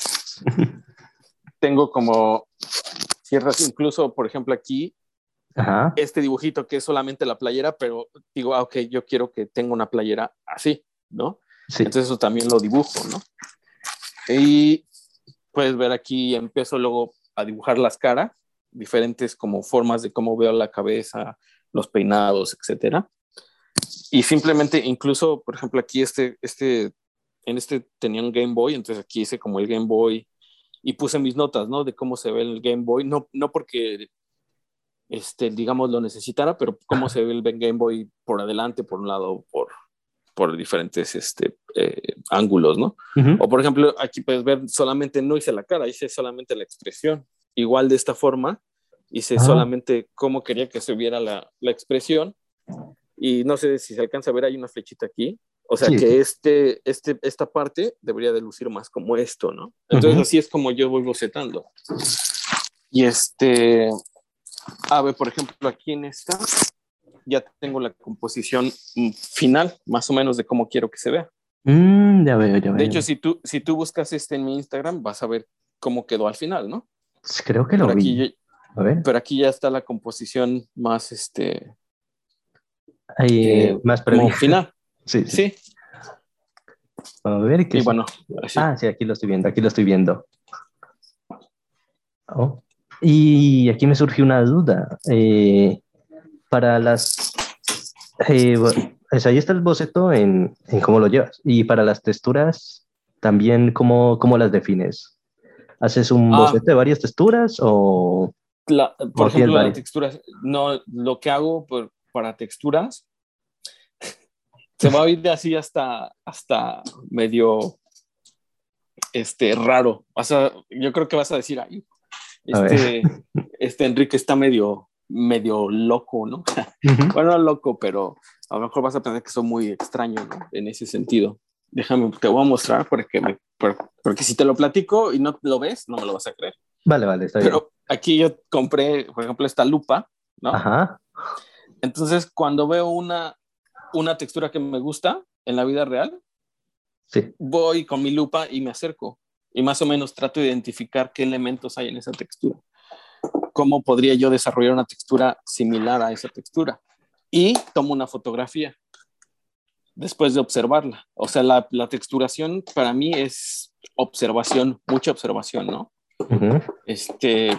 Tengo como ciertas, incluso, por ejemplo, aquí, Ajá. este dibujito que es solamente la playera, pero digo, ah, ok, yo quiero que tenga una playera así, ¿no? Sí. Entonces eso también lo dibujo, ¿no? Y puedes ver aquí, empiezo luego a dibujar las caras, diferentes como formas de cómo veo la cabeza, los peinados, etcétera. Y simplemente, incluso, por ejemplo, aquí este, este, en este tenía un Game Boy, entonces aquí hice como el Game Boy y puse mis notas, ¿no? De cómo se ve el Game Boy, no, no porque, este, digamos, lo necesitara, pero cómo se ve el Game Boy por adelante, por un lado, por, por diferentes este, eh, ángulos, ¿no? Uh-huh. O por ejemplo, aquí puedes ver, solamente no hice la cara, hice solamente la expresión. Igual de esta forma, hice Ah, solamente cómo quería que se viera la, la expresión. Y no sé si se alcanza a ver, hay una flechita aquí. O sea sí, sí. que este, este, esta parte debería de lucir más como esto, ¿no? Entonces Uh-huh. así es como yo voy bocetando. Y este, a ver, por ejemplo, aquí en esta ya tengo la composición final, más o menos de cómo quiero que se vea. Mm, ya veo, ya De hecho, veo. si tú, si tú buscas este en mi Instagram, vas a ver cómo quedó al final, ¿no? Creo que lo Pero vi. aquí, A ver. pero aquí ya está la composición más, este, Ahí, eh, más como previa. final. Sí, sí. Sí, A ver, ¿qué y es? bueno, así. Ah, sí, aquí lo estoy viendo, aquí lo estoy viendo. Oh. Y aquí me surgió una duda. Eh, para las... eh, bu- pues ahí está el boceto en, en cómo lo llevas. Y para las texturas, también, ¿cómo, cómo las defines? ¿Haces un Ah, boceto de varias texturas o, la, por o tienes ejemplo, la varias? textura, no, lo que hago por, para texturas, se va a ir de así hasta, hasta medio, este, raro. O sea, yo creo que vas a decir, ay, A ver. Este, este Enrique está medio, medio loco, ¿no? Uh-huh. Bueno, no loco, pero a lo mejor vas a pensar que soy muy extraño, ¿no? En ese sentido. Déjame, te voy a mostrar porque, me, porque si te lo platico y no lo ves, no me lo vas a creer. Vale, vale, está bien. Pero aquí yo compré, por ejemplo, esta lupa, ¿no? Ajá. Entonces, cuando veo una, una textura que me gusta en la vida real, Sí. voy con mi lupa y me acerco y más o menos trato de identificar qué elementos hay en esa textura. ¿Cómo podría yo desarrollar una textura similar a esa textura? Y tomo una fotografía después de observarla. O sea, la, la texturación para mí es observación, mucha observación, ¿no? Uh-huh. Este,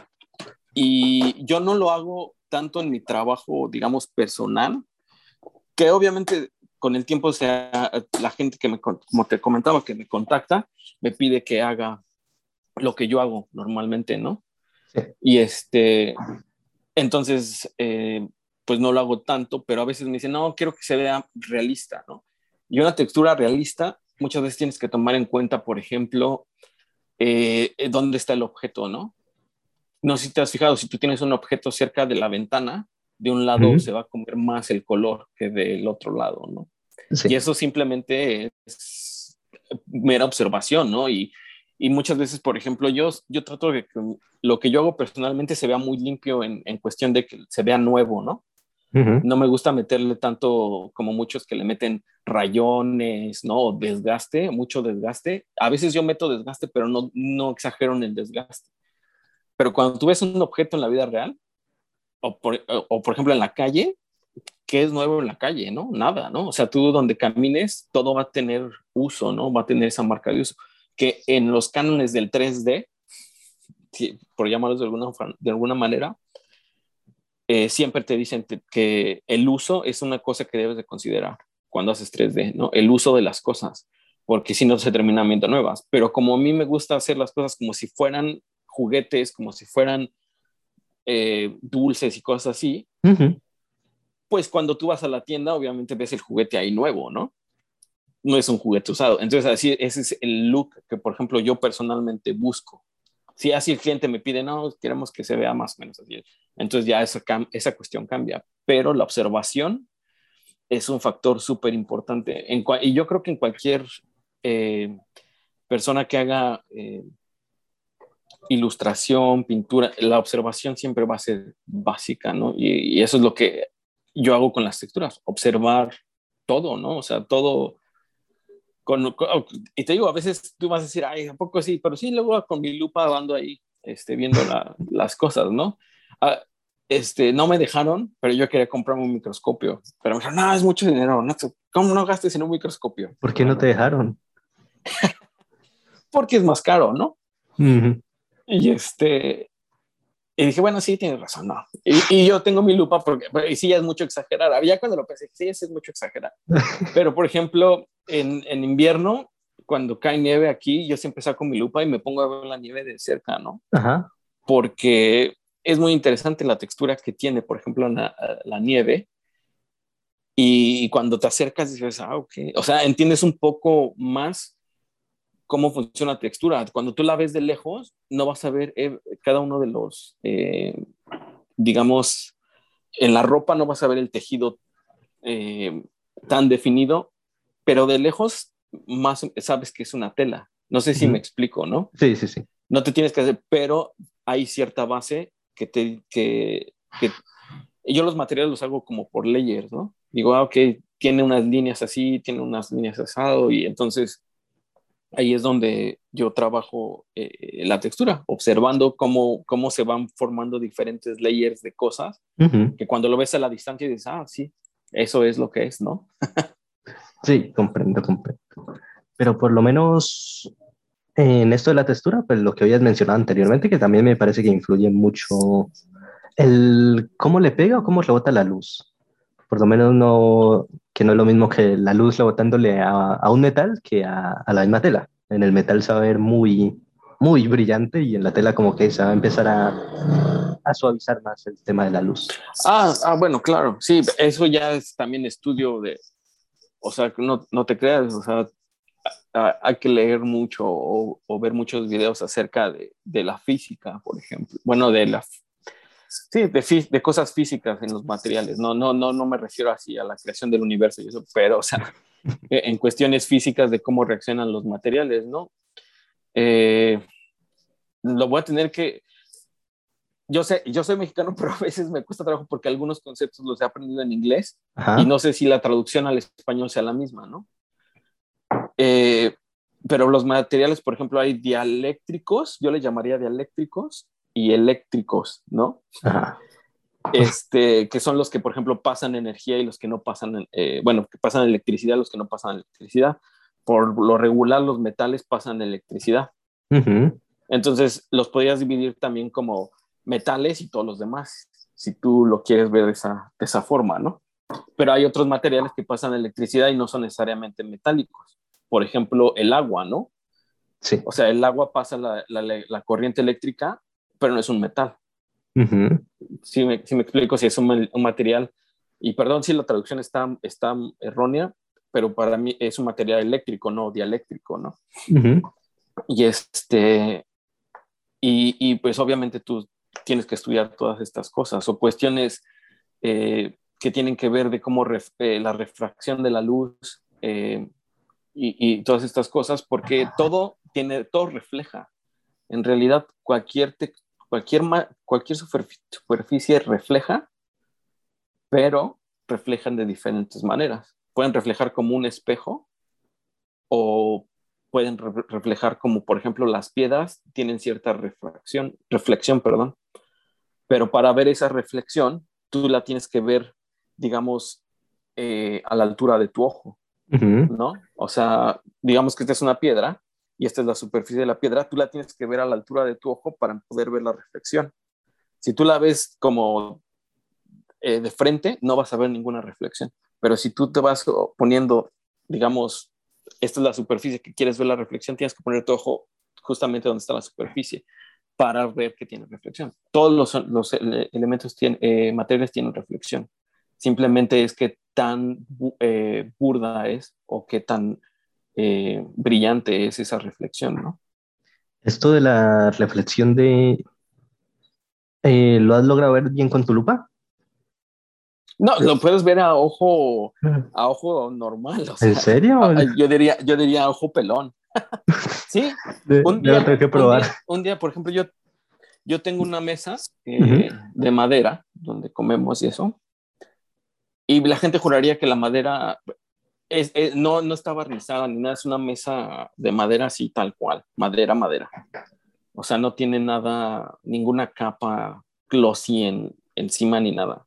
y yo no lo hago tanto en mi trabajo, digamos, personal, que obviamente con el tiempo sea, la gente que me, como te comentaba, que me contacta, me pide que haga lo que yo hago normalmente, ¿no? Sí. Y este, entonces, eh, pues no lo hago tanto, pero a veces me dicen, no, quiero que se vea realista, ¿no? Y una textura realista, muchas veces tienes que tomar en cuenta, por ejemplo, eh, dónde está el objeto, ¿no? No sé si te has fijado, si tú tienes un objeto cerca de la ventana, de un lado Uh-huh. se va a comer más el color que del otro lado, ¿no? Y Sí. eso simplemente es mera observación, ¿no? Y, y muchas veces, por ejemplo, yo, yo trato de que lo que yo hago personalmente se vea muy limpio en, en cuestión de que se vea nuevo, ¿no? Uh-huh. No me gusta meterle tanto como muchos que le meten rayones, ¿no? O desgaste, mucho desgaste. A veces yo meto desgaste, pero no, no exagero en el desgaste. Pero cuando tú ves un objeto en la vida real, o por, o, o por ejemplo en la calle, ¿qué es nuevo en la calle? ¿No? Nada, ¿no? O sea, tú donde camines, todo va a tener uso, ¿no? Va a tener esa marca de uso. Que en los cánones del tres D, por llamarlos de alguna, de alguna manera, eh, siempre te dicen que el uso es una cosa que debes de considerar cuando haces tres D, ¿no? El uso de las cosas, porque si no se terminan viendo nuevas. Pero como a mí me gusta hacer las cosas como si fueran juguetes, como si fueran eh, dulces y cosas así, Uh-huh. pues cuando tú vas a la tienda, obviamente ves el juguete ahí nuevo, ¿no? No es un juguete usado. Entonces, así, ese es el look que, por ejemplo, yo personalmente busco. Si así el cliente me pide, no, queremos que se vea más o menos así. Entonces ya esa, esa cuestión cambia. Pero la observación es un factor súper importante. Y yo creo que en cualquier eh, persona que haga eh, ilustración, pintura, la observación siempre va a ser básica, ¿no? Y, y eso es lo que yo hago con las texturas, observar todo, ¿no? O sea, todo. Con, con, y te digo, a veces tú vas a decir, ay, ¿a poco sí? Pero sí, luego con mi lupa ando ahí este, viendo la, las cosas, ¿no? Ah, este, no me dejaron, pero yo quería comprarme un microscopio. Pero me dijeron, no, es mucho dinero. No, ¿cómo no gastes en un microscopio? ¿Por qué no te dejaron? Porque es más caro, ¿no? Uh-huh. Y este, y dije, bueno, sí, tienes razón, no. Y, y yo tengo mi lupa porque, y sí, ya es mucho exagerar. Había cuando lo pensé, sí, es mucho exagerar. Pero, por ejemplo, en, en invierno, cuando cae nieve aquí, yo siempre saco mi lupa y me pongo a ver la nieve de cerca, ¿no? Ajá. Porque es muy interesante la textura que tiene, por ejemplo, la, la nieve. Y cuando te acercas dices, ah, ok. O sea, entiendes un poco más cómo funciona la textura. Cuando tú la ves de lejos, no vas a ver eh, cada uno de los, eh, digamos, en la ropa no vas a ver el tejido eh, tan definido, pero de lejos más sabes que es una tela. No sé si me Uh-huh. explico, ¿no? Sí, sí, sí. No te tienes que hacer, pero hay cierta base que te, que, que yo los materiales los hago como por layers, ¿no? Digo, ah, ok, tiene unas líneas así, tiene unas líneas asado, y entonces ahí es donde yo trabajo eh, la textura, observando cómo, cómo se van formando diferentes layers de cosas, Uh-huh. que cuando lo ves a la distancia dices, ah, sí, eso es lo que es, ¿no? Sí, comprendo, comprendo. Pero por lo menos en esto de la textura, pues lo que habías mencionado anteriormente, que también me parece que influye mucho el cómo le pega o cómo rebota la luz. Por lo menos no, que no es lo mismo que la luz rebotándole a, a un metal que a, a la misma tela. En el metal se va a ver muy, muy brillante y en la tela como que se va a empezar a, a suavizar más el tema de la luz. Ah, ah, bueno, claro, sí, eso ya es también estudio de, o sea, no, no te creas, o sea, a, hay que leer mucho o, o ver muchos videos acerca de, de la física, por ejemplo. Bueno, de la sí, de, de cosas físicas en los materiales. No, no, no, no me refiero así a la creación del universo y eso, pero, o sea, en cuestiones físicas de cómo reaccionan los materiales, ¿no? Eh, lo voy a tener que... Yo sé, yo soy mexicano, pero a veces me cuesta trabajo porque algunos conceptos los he aprendido en inglés. Ajá. Y no sé si la traducción al español sea la misma, ¿no? Eh, pero los materiales, por ejemplo, hay dialéctricos, yo les llamaría dialéctricos y eléctricos, ¿no? Ajá. Este, que son los que, por ejemplo, pasan energía y los que no pasan, eh, bueno, que pasan electricidad, los que no pasan electricidad. Por lo regular, los metales pasan electricidad. Uh-huh. Entonces, los podrías dividir también como metales y todos los demás, si tú lo quieres ver de esa, de esa forma, ¿no? Pero hay otros materiales que pasan electricidad y no son necesariamente metálicos. Por ejemplo, el agua, ¿no? Sí. O sea, el agua pasa la, la, la corriente eléctrica, pero no es un metal. Uh-huh. Si me, si me explico, si es un, un material, y perdón si la traducción está, está errónea, pero para mí es un material eléctrico, no dialéctrico, ¿no? Uh-huh. Y este, y, y pues obviamente tú tienes que estudiar todas estas cosas o cuestiones eh, que tienen que ver de cómo ref, eh, la refracción de la luz eh, y, y todas estas cosas, porque todo tiene, todo refleja. En realidad, cualquier, te, cualquier, cualquier superficie refleja, pero reflejan de diferentes maneras. Pueden reflejar como un espejo o pueden re reflejar como, por ejemplo, las piedras tienen cierta reflexión, reflexión, perdón. Pero para ver esa reflexión, tú la tienes que ver, digamos, eh, a la altura de tu ojo, uh-huh. ¿no? O sea, digamos que esta es una piedra y esta es la superficie de la piedra, tú la tienes que ver a la altura de tu ojo para poder ver la reflexión. Si tú la ves como eh, de frente, no vas a ver ninguna reflexión. Pero si tú te vas poniendo, digamos, esta es la superficie que quieres ver la reflexión, tienes que poner tu ojo justamente donde está la superficie para ver que tiene reflexión. Todos los, los elementos, tienen, eh, materiales tienen reflexión. Simplemente es que tan eh, burda es o qué tan eh, brillante es esa reflexión, ¿no? Esto de la reflexión de... Eh, ¿lo has logrado ver bien con tu lupa? No, lo puedes ver a ojo, a ojo normal. O sea, ¿en serio? A, yo, diría, yo diría ojo pelón. Sí, de, un día, tengo que probar. Un día, un día, por ejemplo, yo, yo tengo una mesa eh, uh-huh. de madera donde comemos y eso. Y la gente juraría que la madera es, es, no, no está barnizada ni nada, es una mesa de madera así tal cual, madera, madera. O sea, no tiene nada, ninguna capa glossy en, encima ni nada.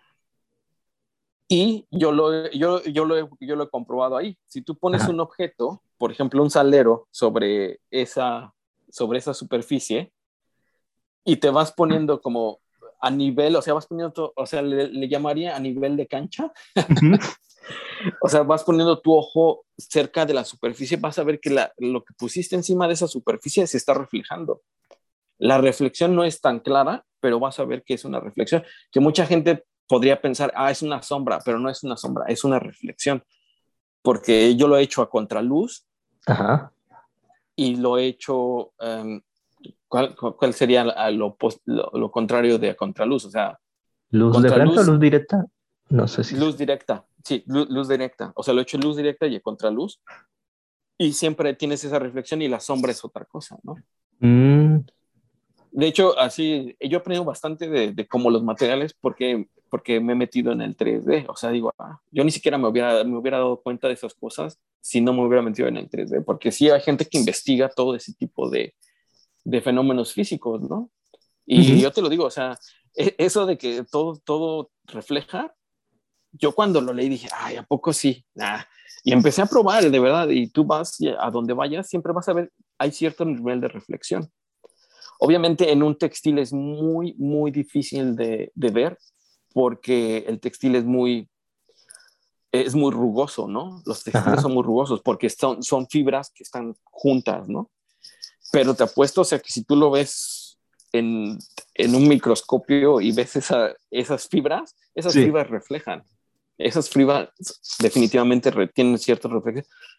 Y yo lo, yo, yo, lo he, yo lo he comprobado ahí. Si tú pones Ajá. un objeto, por ejemplo, un salero sobre esa, sobre esa superficie y te vas poniendo como a nivel, o sea, vas poniendo, to, o sea, le, le llamaría a nivel de cancha. Uh-huh. O sea, vas poniendo tu ojo cerca de la superficie, vas a ver que la, lo que pusiste encima de esa superficie se está reflejando. La reflexión no es tan clara, pero vas a ver que es una reflexión, que mucha gente podría pensar, ah, es una sombra, pero no es una sombra, es una reflexión, porque yo lo he hecho a contraluz. Ajá. Y lo he hecho, um, ¿cuál, ¿cuál sería lo, lo, lo contrario de a contraluz? O sea, ¿luz de frente o luz directa? No sé si... Luz directa, sí, luz, luz directa. O sea, lo he hecho luz directa y a contraluz. Y siempre tienes esa reflexión y la sombra es otra cosa, ¿no? Mm. De hecho, así, yo he aprendido bastante de, de cómo los materiales, porque, porque me he metido en el tres D. O sea, digo, ah, yo ni siquiera me hubiera, me hubiera dado cuenta de esas cosas si no me hubiera metido en el tres D, porque sí hay gente que investiga todo ese tipo de, de fenómenos físicos, ¿no? Y uh-huh. yo te lo digo, o sea, eso de que todo, todo refleja, yo cuando lo leí dije, ay, ¿a poco sí? Nah. Y empecé a probar, de verdad, y tú vas a donde vayas, siempre vas a ver, hay cierto nivel de reflexión. Obviamente en un textil es muy, muy difícil de, de ver porque el textil es muy, es muy rugoso, ¿no? Los textiles Ajá. son muy rugosos porque son, son fibras que están juntas, ¿no? Pero te apuesto, o sea, que si tú lo ves en, en un microscopio y ves esa, esas fibras, esas sí. fibras reflejan. Esas fibras definitivamente tienen cierta reflexión.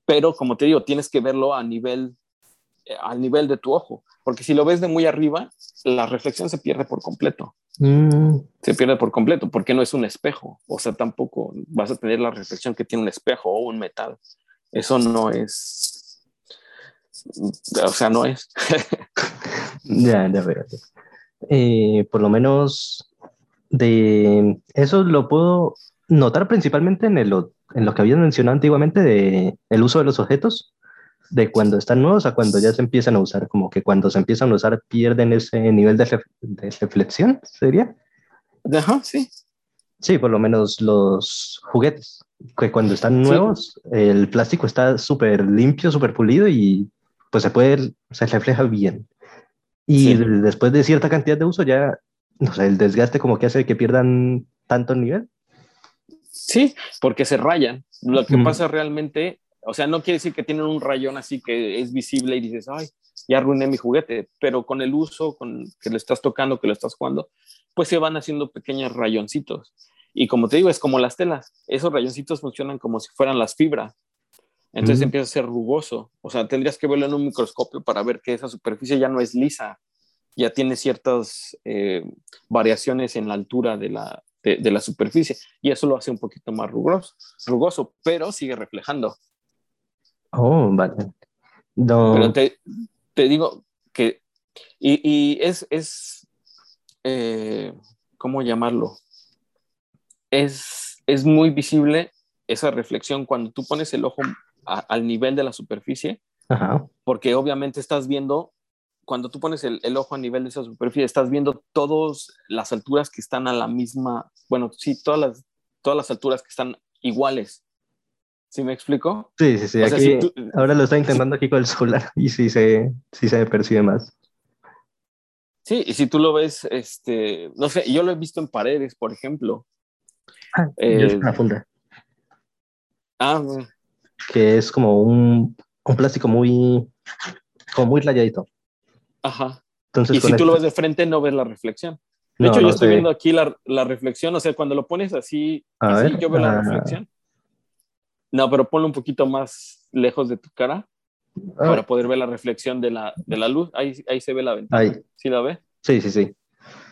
pero como te digo, tienes que verlo a nivel, eh, al nivel de tu ojo, porque si lo ves de muy arriba, la reflexión se pierde por completo. Mm. Se pierde por completo, porque no es un espejo, o sea, tampoco vas a tener la reflexión que tiene un espejo o un metal. Eso no es, o sea, no es. Ya, ya veo. Eh, por lo menos de eso lo puedo notar principalmente en, el, en lo que habías mencionado antiguamente de el uso de los objetos, de cuando están nuevos a cuando ya se empiezan a usar, como que cuando se empiezan a usar pierden ese nivel de, ref- de reflexión, ¿sería? Ajá, sí. Sí, por lo menos los juguetes, que cuando están Sí, nuevos, el plástico está súper limpio, súper pulido y pues se puede, se refleja bien. Y sí. después de cierta cantidad de uso ya, no sé, el desgaste como que hace que pierdan tanto nivel. Sí, porque se rayan. Lo que Mm, pasa realmente, o sea, no quiere decir que tienen un rayón así que es visible y dices, ay, ya arruiné mi juguete, pero con el uso, con que lo estás tocando, que lo estás jugando, pues se van haciendo pequeños rayoncitos. Y como te digo, es como las telas. Esos rayoncitos funcionan como si fueran las fibras. Entonces mm. empieza a ser rugoso. O sea, tendrías que verlo en un microscopio para ver que esa superficie ya no es lisa, ya tiene ciertas eh, variaciones en la altura de la, de, de la superficie y eso lo hace un poquito más rugoso, rugoso, pero sigue reflejando. Oh, vale. Pero No, te, te digo que, y, y es, es eh, ¿cómo llamarlo? Es, es muy visible esa reflexión cuando tú pones el ojo a, al nivel de la superficie, ajá. porque obviamente estás viendo, cuando tú pones el, el, ojo a nivel de esa superficie, estás viendo todas las alturas que están a la misma, bueno, sí, todas las, todas las alturas que están iguales. ¿Sí me explico? Sí, sí, sí. O sea, si Aquí tú, ahora lo está si, intentando aquí con el celular y sí se, sí se percibe más. sí, y si tú lo ves, este, no sé, yo lo he visto en paredes, por ejemplo. Ah, yo es Eh, una funda, ah, que es como un, un plástico muy, como muy rayadito. ajá. Entonces Y con si tú lo esto, ves de frente, no ves la reflexión. De no, hecho, yo no estoy viendo sé. aquí la, la reflexión, o sea, cuando lo pones así, A así, ver, yo veo la ah, reflexión. No, pero ponlo un poquito más lejos de tu cara ah, para poder ver la reflexión de la, de la luz. Ahí, ahí se ve la ventana. ahí. ¿Sí la ve? Sí, sí, sí.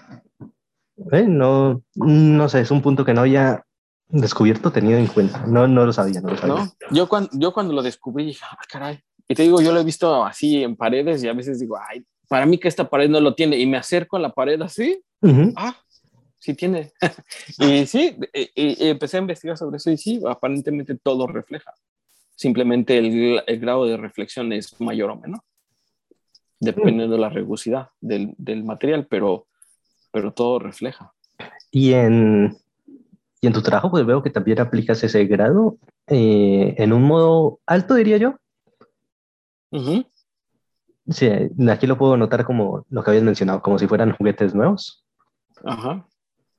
Eh, no, no sé, es un punto que no había descubierto, tenido en cuenta. No, no lo sabía, no lo sabía. ¿No? Yo cuando, yo cuando lo descubrí dije, ah, caray. Y te digo, yo lo he visto así en paredes y a veces digo, ay, para mí que esta pared no lo tiene. Y me acerco a la pared así, Ujú. ah, sí tiene. Y sí, y, y empecé a investigar sobre eso y sí, aparentemente todo refleja. Simplemente el, el grado de reflexión es mayor o menor, Mm. dependiendo de la rugosidad del, del material, pero, pero todo refleja. Y en, y en tu trabajo, pues veo que también aplicas ese grado eh, en un modo alto, diría yo. Ujú. Sí, aquí lo puedo notar como lo que habías mencionado, como si fueran juguetes nuevos. Ajá.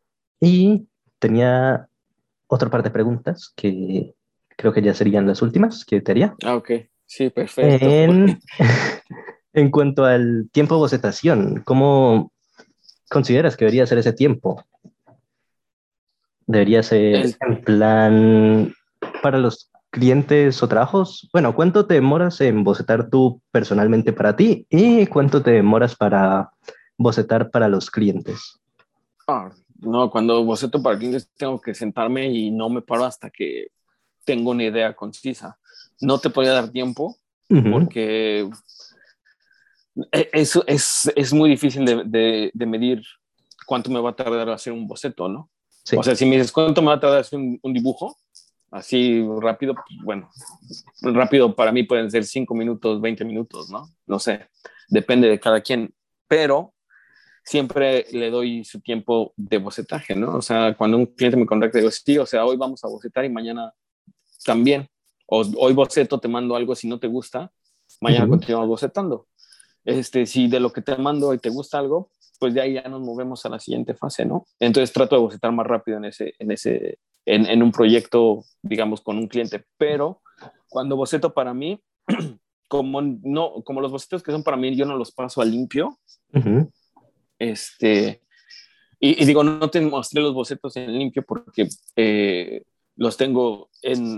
Y tenía otra parte de preguntas que creo que ya serían las últimas que te haría. Ah, ok. Sí, perfecto. En, en cuanto al tiempo de bocetación, ¿cómo consideras que debería ser ese tiempo? ¿Debería ser El, en plan para los clientes o trabajos? Bueno, ¿cuánto te demoras en bocetar tú personalmente para ti y cuánto te demoras para bocetar para los clientes? ah, no, cuando boceto para clientes tengo que sentarme y no me paro hasta que tengo una idea concisa. No te podría dar tiempo Ujú. porque es, es, es muy difícil de, de, de, medir cuánto me va a tardar hacer un boceto, ¿no? O Sí. sea, si me dices cuánto me va a tardar hacer un, un dibujo, así rápido, pues, bueno, rápido para mí pueden ser cinco minutos, veinte minutos, ¿no? No sé, depende de cada quien, pero siempre le doy su tiempo de bocetaje, ¿no? O sea, cuando un cliente me contacta, digo, sí, o sea, hoy vamos a bocetar y mañana también, o hoy boceto, te mando algo si no te gusta, mañana Ujú. continuamos bocetando. Este, si de lo que te mando y te gusta algo, pues de ahí ya nos movemos a la siguiente fase, ¿no? Entonces trato de bocetar más rápido en ese, en ese, en, en un proyecto, digamos, con un cliente, pero cuando boceto para mí, como no, como los bocetos que son para mí, yo no los paso a limpio, Ujú. este, y, y digo, no te mostré los bocetos en limpio porque eh, los tengo en,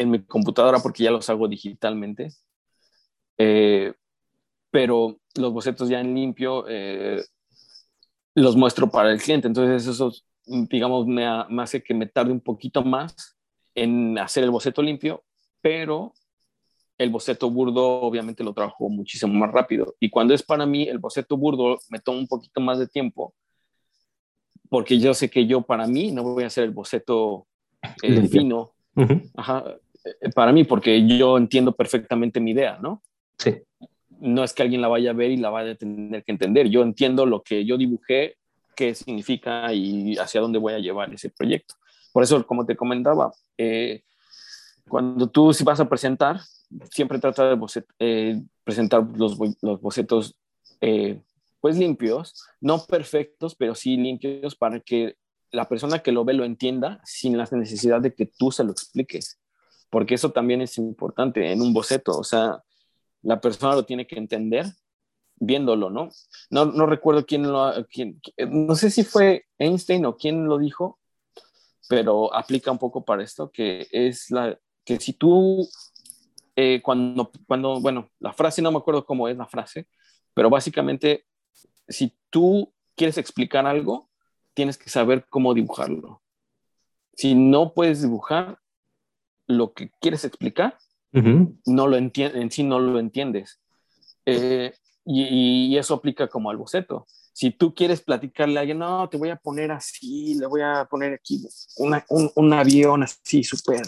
en mi computadora porque ya los hago digitalmente, eh, pero los bocetos ya en limpio eh, los muestro para el cliente. Entonces eso, digamos, me, ha, me hace que me tarde un poquito más en hacer el boceto limpio, pero el boceto burdo obviamente lo trabajo muchísimo más rápido. Y cuando es para mí, el boceto burdo me toma un poquito más de tiempo, porque yo sé que yo para mí no voy a hacer el boceto eh, Limpio. fino, Uh-huh. ajá, eh, para mí, porque yo entiendo perfectamente mi idea, ¿no? Sí. No es que alguien la vaya a ver y la vaya a tener que entender. Yo entiendo lo que yo dibujé, qué significa y hacia dónde voy a llevar ese proyecto. Por eso, como te comentaba, eh, cuando tú si vas a presentar, siempre trata de bocet, eh, presentar los, los bocetos eh, pues limpios, no perfectos, pero sí limpios para que la persona que lo ve lo entienda sin la necesidad de que tú se lo expliques, porque eso también es importante en un boceto, o sea, la persona lo tiene que entender viéndolo, ¿no? No, no recuerdo quién lo, quién, no sé si fue Einstein o quién lo dijo, pero aplica un poco para esto, que es la, que si tú, eh, cuando, cuando, bueno, la frase, no me acuerdo cómo es la frase, pero básicamente, si tú quieres explicar algo, tienes que saber cómo dibujarlo. Si no puedes dibujar lo que quieres explicar, Uh-huh. no lo entiendes, en sí no lo entiendes. Eh, y, y eso aplica como al boceto. Si tú quieres platicarle a alguien, no, te voy a poner así, le voy a poner aquí una, un, un avión así súper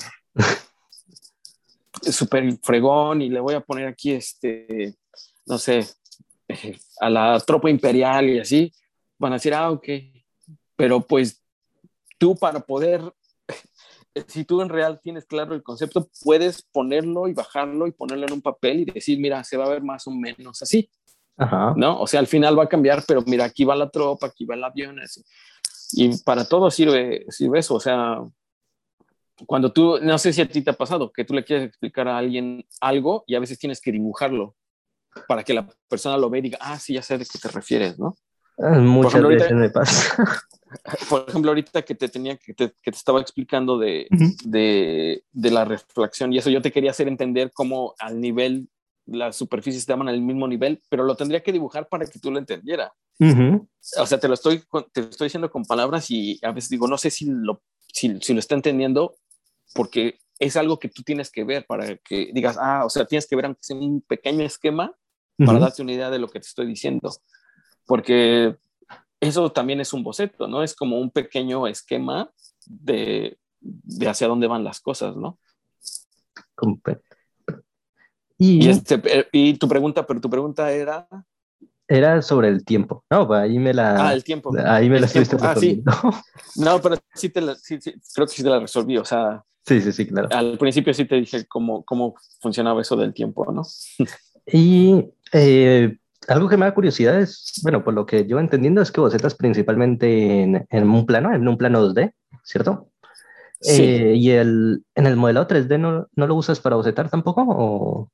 súper fregón y le voy a poner aquí, este, no sé, a la tropa imperial y así, van a decir, ah, ok, pero pues tú para poder, si tú en real tienes claro el concepto, puedes ponerlo y bajarlo y ponerlo en un papel y decir, mira, se va a ver más o menos así, Ajá. ¿no? O sea, al final va a cambiar, pero mira, aquí va la tropa, aquí va el avión, así. Y para todo sirve, sirve eso, o sea, cuando tú, no sé si a ti te ha pasado, que tú le quieres explicar a alguien algo y a veces tienes que dibujarlo para que la persona lo vea y diga, ah, sí, ya sé de qué te refieres, ¿no? Por Muchas ejemplo, ahorita, veces me pasa. por ejemplo, ahorita que te tenía, que te, que te estaba explicando de, Uh-huh. de, de la reflexión y eso, yo te quería hacer entender cómo al nivel, las superficies estaban al mismo nivel, pero lo tendría que dibujar para que tú lo entendieras. Uh-huh. O sea, te lo estoy, te lo estoy diciendo con palabras y a veces digo, no sé si lo, si, si lo está entendiendo, porque es algo que tú tienes que ver para que digas, ah, o sea, tienes que ver aunque sea un pequeño esquema para Uh-huh. darte una idea de lo que te estoy diciendo, porque eso también es un boceto, ¿no? Es como un pequeño esquema de, de hacia dónde van las cosas, ¿no? Comprendo. Y, Y este, y tu pregunta, pero tu pregunta era, era sobre el tiempo. No, pues ahí me ah, la, el tiempo, ahí me la el estuviste tiempo, ah, sí, respondiendo. no, pero sí, te la, sí, sí, creo que sí te la resolví, o sea, Sí, sí, sí, claro. al principio sí te dije cómo, cómo funcionaba eso del tiempo, ¿no? Y eh, algo que me da curiosidad es, bueno, por lo que yo entendiendo es que bocetas principalmente en, en un plano, en un plano dos D, ¿cierto? Sí. Eh, y el, en el modelado tres D no, no lo usas para bocetar tampoco, o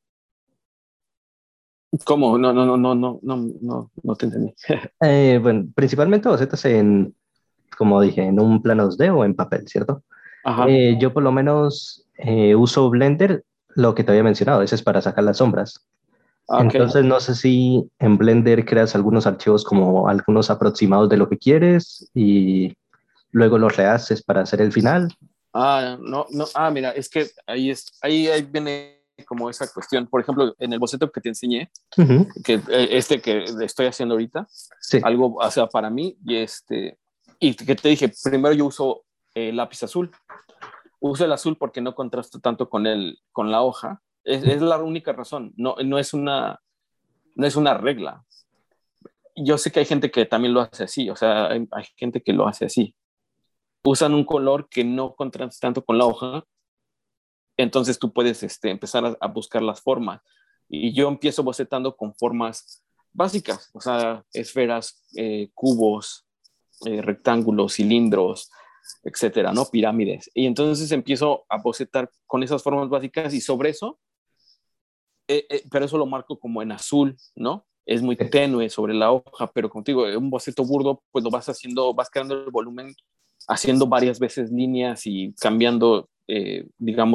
¿Cómo? No, no, no, no, no, no, no, no te entendí. eh, bueno, principalmente bocetas en, como dije, en un plano dos D o en papel, ¿cierto? Ajá. Eh, yo por lo menos eh, uso Blender, lo que te había mencionado, ese es para sacar las sombras. Ah, ok. Entonces, no sé si en Blender creas algunos archivos como algunos aproximados de lo que quieres y luego los rehaces para hacer el final. Ah, no, no. Ah, mira, es que ahí es, ahí, ahí viene como esa cuestión. Por ejemplo, en el boceto que te enseñé, Ujú. que eh, este que estoy haciendo ahorita, Sí. algo, o sea, para mí, y este, y que te dije, primero yo uso eh, lápiz azul. Uso el azul porque no contrasta tanto con el, con la hoja. Es, es la única razón. No, no es una, no es una regla. Yo sé que hay gente que también lo hace así, o sea, hay, hay gente que lo hace así. Usan un color que no contrasta tanto con la hoja, entonces tú puedes este, empezar a, a buscar las formas. Y yo empiezo bocetando con formas básicas, o sea, esferas, eh, cubos, eh, rectángulos, cilindros, etcétera, ¿no? Pirámides. Y entonces empiezo a bocetar con esas formas básicas y sobre eso, eh, eh, pero eso lo marco como en azul, ¿no? Es muy Sí. tenue sobre la hoja, pero contigo, un boceto burdo, pues lo vas haciendo, vas creando el volumen, haciendo varias veces líneas y cambiando, eh, digamos,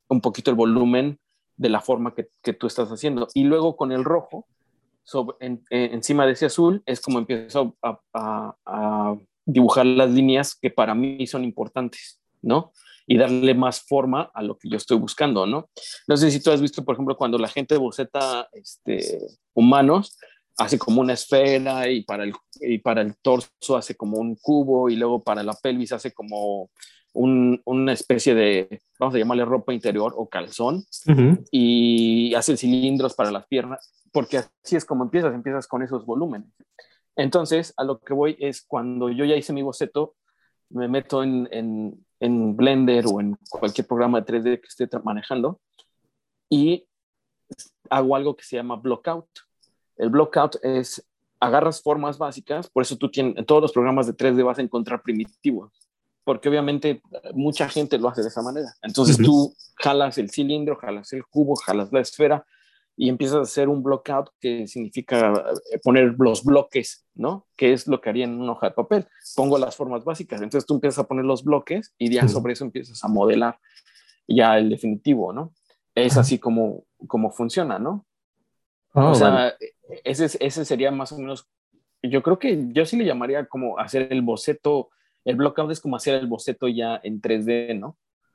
un poquito el volumen de la forma que, que tú estás haciendo. Y luego con el rojo, sobre, en, en, encima de ese azul, es como empiezo a, a, a dibujar las líneas que para mí son importantes, ¿no? Y darle más forma a lo que yo estoy buscando, ¿no? No sé si tú has visto, por ejemplo, cuando la gente boceta este, humanos, hace como una esfera y para, el, y para el torso hace como un cubo y luego para la pelvis hace como un, una especie de, vamos a llamarle ropa interior o calzón, uh-huh. Y hace cilindros para las piernas, porque así es como empiezas, empiezas con esos volúmenes. Entonces, a lo que voy es cuando yo ya hice mi boceto, me meto en, en, en Blender o en cualquier programa de tres D que esté manejando y hago algo que se llama blockout. El blockout es, agarras formas básicas, por eso tú tienes, en todos los programas de tres D vas a encontrar primitivos, porque obviamente mucha gente lo hace de esa manera. Entonces uh-huh. tú jalas el cilindro, jalas el cubo, jalas la esfera y empiezas a hacer un blockout, que significa poner los bloques, ¿no? Que es lo que haría en una hoja de papel. Pongo las formas básicas, entonces tú empiezas a poner los bloques y ya uh-huh. sobre eso empiezas a modelar ya el definitivo, ¿no? Es uh-huh. así como, como funciona, ¿no? Oh, o sea, vale. ese, ese sería más o menos, yo creo que yo sí le llamaría como hacer el boceto, el blockout es como hacer el boceto ya en tres D, ¿no?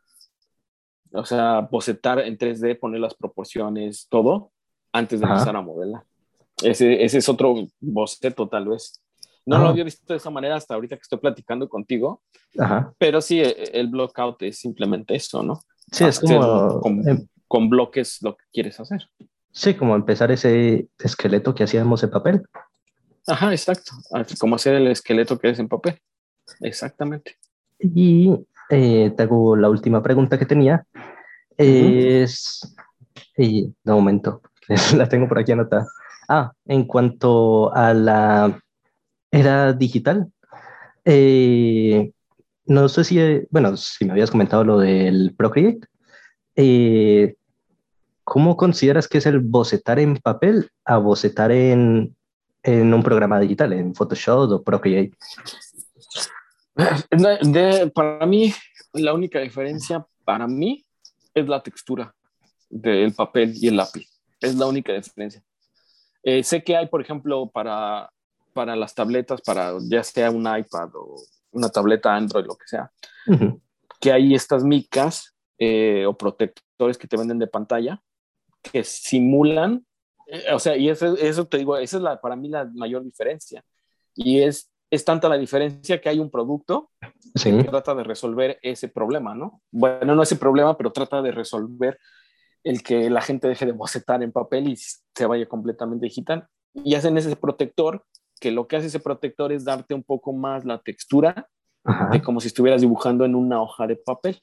O sea, bocetar en tres D, poner las proporciones, todo, antes de Ajá. empezar a modelar. Ese, ese es otro boceto, tal vez. No Ajá. lo había visto de esa manera hasta ahorita que estoy platicando contigo, Ajá. pero sí, el blockout es simplemente eso, ¿no? Sí, es como... Con, em... con bloques lo que quieres hacer. Sí, como empezar ese esqueleto que hacíamos en papel. Ajá, exacto. Como hacer el esqueleto que es en papel. Exactamente. Y eh, te hago la última pregunta que tenía. Es... Uh-huh. Y, de momento, la tengo por aquí anotada. Ah, en cuanto a la era digital, eh, no sé si, bueno, si me habías comentado lo del Procreate, eh, ¿cómo consideras que es el bocetar en papel a bocetar en, en un programa digital, en Photoshop o Procreate? De, de, para mí, la única diferencia para mí es la textura del papel y el lápiz. Es la única diferencia. Eh, sé que hay, por ejemplo, para, para las tabletas, para ya sea un iPad o una tableta Android, lo que sea, uh-huh. que hay estas micas eh, o protectores que te venden de pantalla que simulan, eh, o sea, y eso, eso te digo, esa es la, para mí la mayor diferencia. Y es, es tanta la diferencia que hay un producto sí. que trata de resolver ese problema, ¿no? Bueno, no ese problema, pero trata de resolver el que la gente deje de bocetar en papel y se vaya completamente digital. Y hacen ese protector, que lo que hace ese protector es darte un poco más la textura Ajá. de como si estuvieras dibujando en una hoja de papel.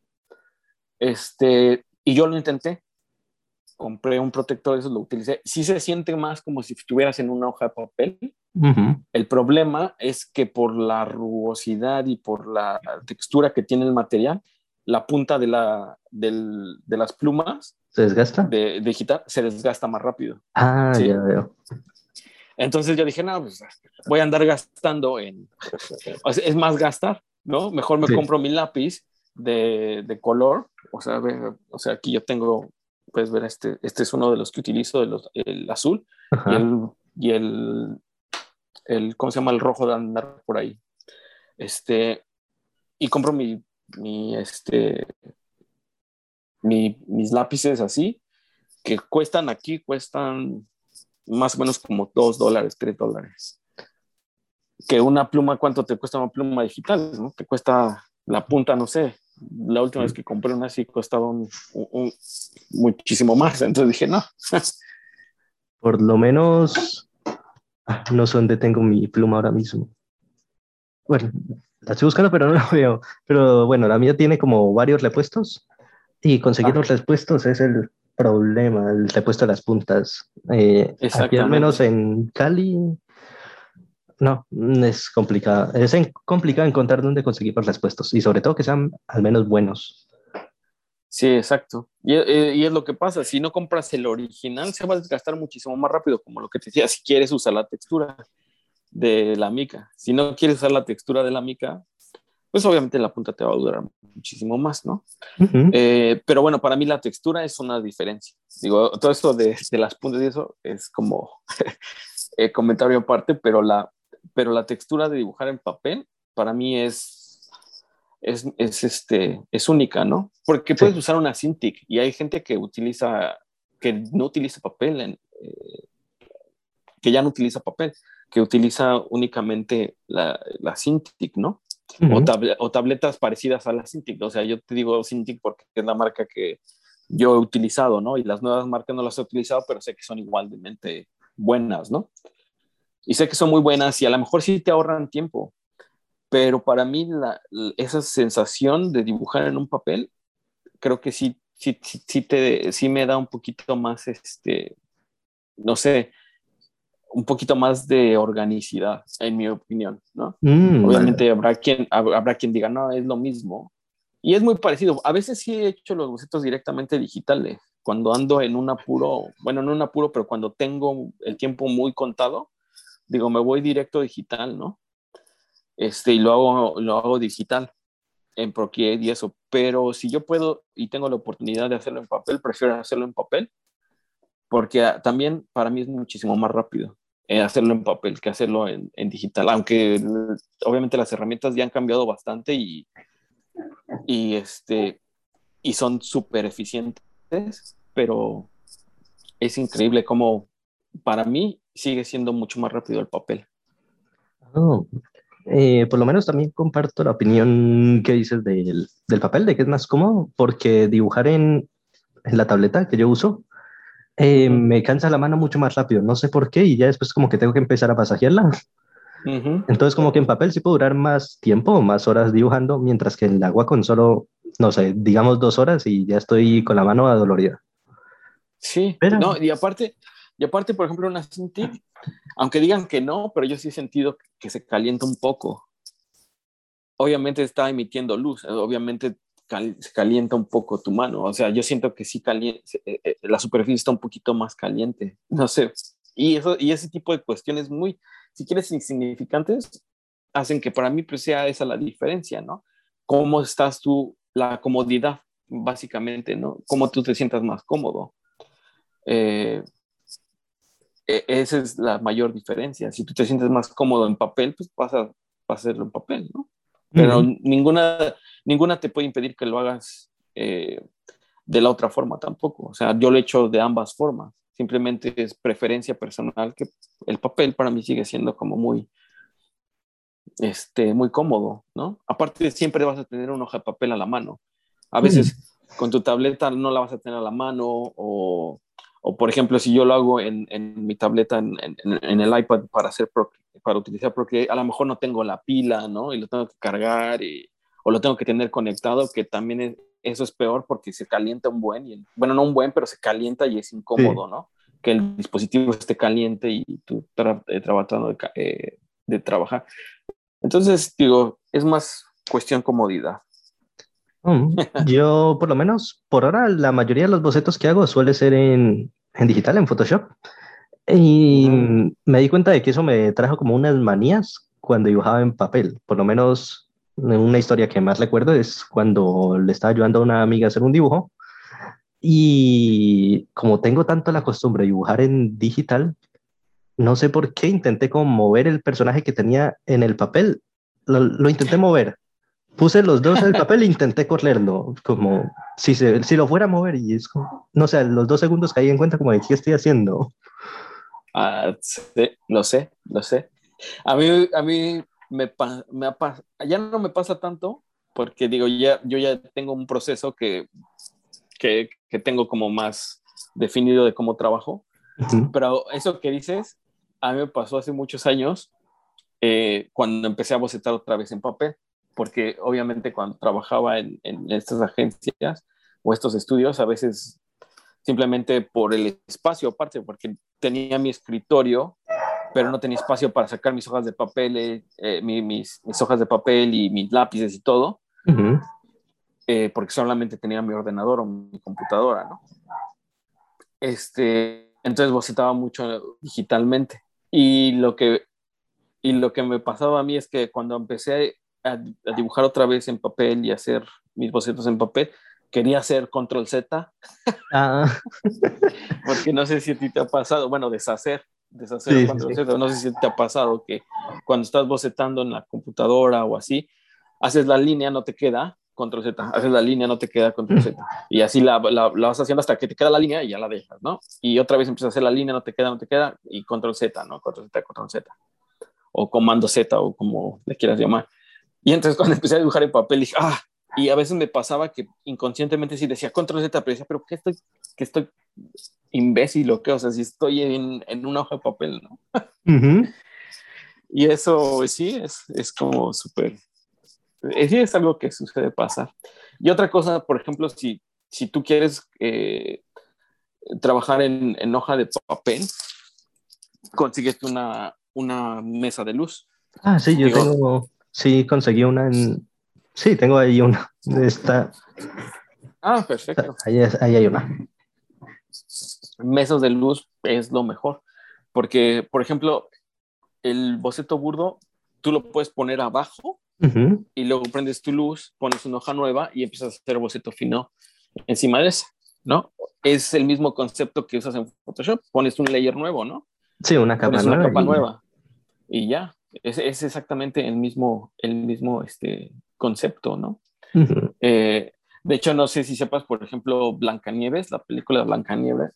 Este, y yo lo intenté. Compré un protector, eso lo utilicé. Sí se siente más como si estuvieras en una hoja de papel. Uh-huh. El problema es que por la rugosidad y por la textura que tiene el material, la punta de, la, del, de las plumas ¿se desgasta? De, de digital se desgasta más rápido. Ah, ¿sí? Ya veo. Entonces yo dije, no, pues voy a andar gastando en... O sea, es más gastar, ¿no? Mejor me sí. compro mi lápiz de, de color. O sea, ve, o sea, aquí yo tengo... Puedes ver, este, este es uno de los que utilizo, de los, el azul Ajá. y, el, y el, el, ¿cómo se llama? El rojo de andar por ahí. Este, y compro mi, mi, este, mi, mis lápices así, que cuestan aquí, cuestan más o menos como dos dólares, tres dólares. Que una pluma, ¿cuánto te cuesta una pluma digital? ¿No? Te cuesta la punta, no sé. La última vez que compré una así costaba un, un, un, muchísimo más. Entonces dije, no. Por lo menos, no sé dónde tengo mi pluma ahora mismo. Bueno, la estoy buscando, pero no la veo. Pero bueno, la mía tiene como varios repuestos y conseguir ah. los repuestos es el problema, el repuesto de las puntas. Eh, aquí al menos en Cali, no, es complicado. Es en, complicado encontrar dónde conseguir los repuestos y sobre todo que sean al menos buenos. Sí, exacto. Y, y es lo que pasa, si no compras el original se va a desgastar muchísimo más rápido, como lo que te decía, si quieres usar la textura de la mica. Si no quieres usar la textura de la mica, pues obviamente la punta te va a durar muchísimo más, ¿no? Ujú. Eh, pero bueno, para mí la textura es una diferencia. Digo, todo esto de, de las puntas y eso es como eh, comentario aparte, pero la, pero la textura de dibujar en papel para mí es, es, es, este, es única, ¿no? Porque Sí. puedes usar una Cintiq y hay gente que utiliza, que no utiliza papel, en, eh, que ya no utiliza papel, que utiliza únicamente la, la Cintiq, ¿no? O, Ujú. tab o tabletas parecidas a la Cintiq. O sea, yo te digo Cintiq porque es la marca que yo he utilizado, ¿no? Y las nuevas marcas no las he utilizado, pero sé que son igualmente buenas, ¿no? Y sé que son muy buenas y a lo mejor sí te ahorran tiempo, pero para mí la, esa sensación de dibujar en un papel, creo que sí, sí, sí, sí, te, sí me da un poquito más, este, no sé, un poquito más de organicidad, en mi opinión, ¿no? Mm, vale. Obviamente habrá quien, habrá quien diga, no, es lo mismo. Y es muy parecido. A veces sí he hecho los bocetos directamente digitales. Cuando ando en un apuro, bueno, no en un apuro, pero cuando tengo el tiempo muy contado, digo, me voy directo digital, ¿no? Este, y lo hago, lo hago digital en Procreate y eso. Pero si yo puedo y tengo la oportunidad de hacerlo en papel, prefiero hacerlo en papel porque ah, también para mí es muchísimo más rápido eh, hacerlo en papel que hacerlo en, en digital, aunque eh, obviamente las herramientas ya han cambiado bastante y, y, este, y son súper eficientes, pero es increíble cómo para mí sigue siendo mucho más rápido el papel. Oh, eh, por lo menos también comparto la opinión que dices del, del papel, de que es más cómodo, porque dibujar en, en la tableta que yo uso Uh eh, -huh, me cansa la mano mucho más rápido, no sé por qué, y ya después como que tengo que empezar a pasajearla. uh -huh. Entonces como que en papel sí puedo durar más tiempo, más horas dibujando, mientras que en el agua con solo, no sé, digamos dos horas y ya estoy con la mano adolorida. Sí, Pero no, y aparte, y aparte, por ejemplo, una Cintiq, aunque digan que no, pero yo sí he sentido que se calienta un poco. Obviamente está emitiendo luz, obviamente cal se calienta un poco tu mano, o sea, yo siento que sí caliente, eh, eh, la superficie está un poquito más caliente, no sé, y, eso, y ese tipo de cuestiones muy, si quieres, insignificantes, hacen que para mí pues sea esa la diferencia, ¿no? ¿Cómo estás tú, la comodidad, básicamente, ¿no? Cómo tú te sientas más cómodo. Eh, e, esa es la mayor diferencia. Si tú te sientes más cómodo en papel, pues vas a, vas a hacerlo en papel, ¿no? Pero mm, ninguna, ninguna te puede impedir que lo hagas eh, de la otra forma tampoco. O sea, yo lo he hecho de ambas formas. Simplemente es preferencia personal que el papel para mí sigue siendo como muy, este, muy cómodo, ¿no? Aparte, siempre vas a tener una hoja de papel a la mano. A mm, veces con tu tableta no la vas a tener a la mano o, o por ejemplo, si yo lo hago en, en mi tableta, en, en, en, el iPad para, hacer para utilizar Procreate, a lo mejor no tengo la pila, ¿no? Y lo tengo que cargar y, o lo tengo que tener conectado, que también es, eso es peor porque se calienta un buen, y, bueno, no un buen, pero se calienta y es sí. incómodo, ¿no? Que el dispositivo esté caliente y tú tra eh, tratando de, eh, de trabajar. Entonces, digo, es más cuestión comodidad. Mm, yo, por lo menos, por ahora, la mayoría de los bocetos que hago suele ser en, en digital, en Photoshop. Y Uh-huh. mm, me di cuenta de que eso me trajo como unas manías cuando dibujaba en papel. Por lo menos, una historia que más recuerdo es cuando le estaba ayudando a una amiga a hacer un dibujo. Y como tengo tanto la costumbre de dibujar en digital, no sé por qué intenté como mover el personaje que tenía en el papel. Lo, lo intenté mover. Puse los dos en el papel e intenté correrlo, como si, se, si lo fuera a mover y es como, no sé, los dos segundos caí en cuenta como de qué estoy haciendo. Ah, sí, lo sé, lo sé. A mí, a mí me, pa me ha ya no me pasa tanto porque digo, ya, yo ya tengo un proceso que, que, que tengo como más definido de cómo trabajo, Ujú. pero eso que dices, a mí me pasó hace muchos años eh, cuando empecé a bocetar otra vez en papel, porque obviamente cuando trabajaba en, en estas agencias o estos estudios, a veces simplemente por el espacio aparte, porque tenía mi escritorio, pero no tenía espacio para sacar mis hojas de papel, eh, eh, mi, mis, mis, hojas de papel y mis lápices y todo, Ujú. eh, porque solamente tenía mi ordenador o mi computadora, ¿no? Este, entonces bocetaba mucho digitalmente. Y lo que, y lo que me pasaba a mí es que cuando empecé a, a dibujar otra vez en papel y hacer mis bocetos en papel, quería hacer control Z, Ah, porque no sé si a ti te ha pasado, bueno, deshacer, deshacer sí, sí, control sí. Z, no sé si te ha pasado que cuando estás bocetando en la computadora o así, haces la línea, no te queda, control Z, haces la línea, no te queda, control Z, y así la, la, la vas haciendo hasta que te queda la línea y ya la dejas, ¿no? Y otra vez empiezas a hacer la línea, no te queda, no te queda, y control Z, ¿no? Control Z, control Z, o comando Z, o como le quieras llamar. Y entonces cuando empecé a dibujar en papel, dije, ah, y a veces me pasaba que inconscientemente sí decía control Z, pero decía, pero ¿qué estoy, qué estoy imbécil o qué? O sea, si estoy en, en una hoja de papel, ¿no? Ujú. Y eso sí, es, es como súper, sí es algo que sucede pasar. Y otra cosa, por ejemplo, si, si tú quieres eh, trabajar en, en hoja de papel, consigues una, una mesa de luz. Ah, sí, yo Digo, tengo, sí, conseguí una en, sí, tengo ahí una, está, ah, perfecto. ahí, es- ahí hay una. Mesas de luz es lo mejor. Porque, por ejemplo, el boceto burdo, tú lo puedes poner abajo Ujú. y luego prendes tu luz, pones una hoja nueva y empiezas a hacer boceto fino encima de ese, ¿no? Es el mismo concepto que usas en Photoshop, pones un layer nuevo, ¿no? Sí, una capa Pones una nueva capa y, nueva y ya, es, es exactamente el mismo, el mismo este, concepto, ¿no? ujú. Eh, de hecho, no sé si sepas, por ejemplo, Blancanieves, la película Blancanieves,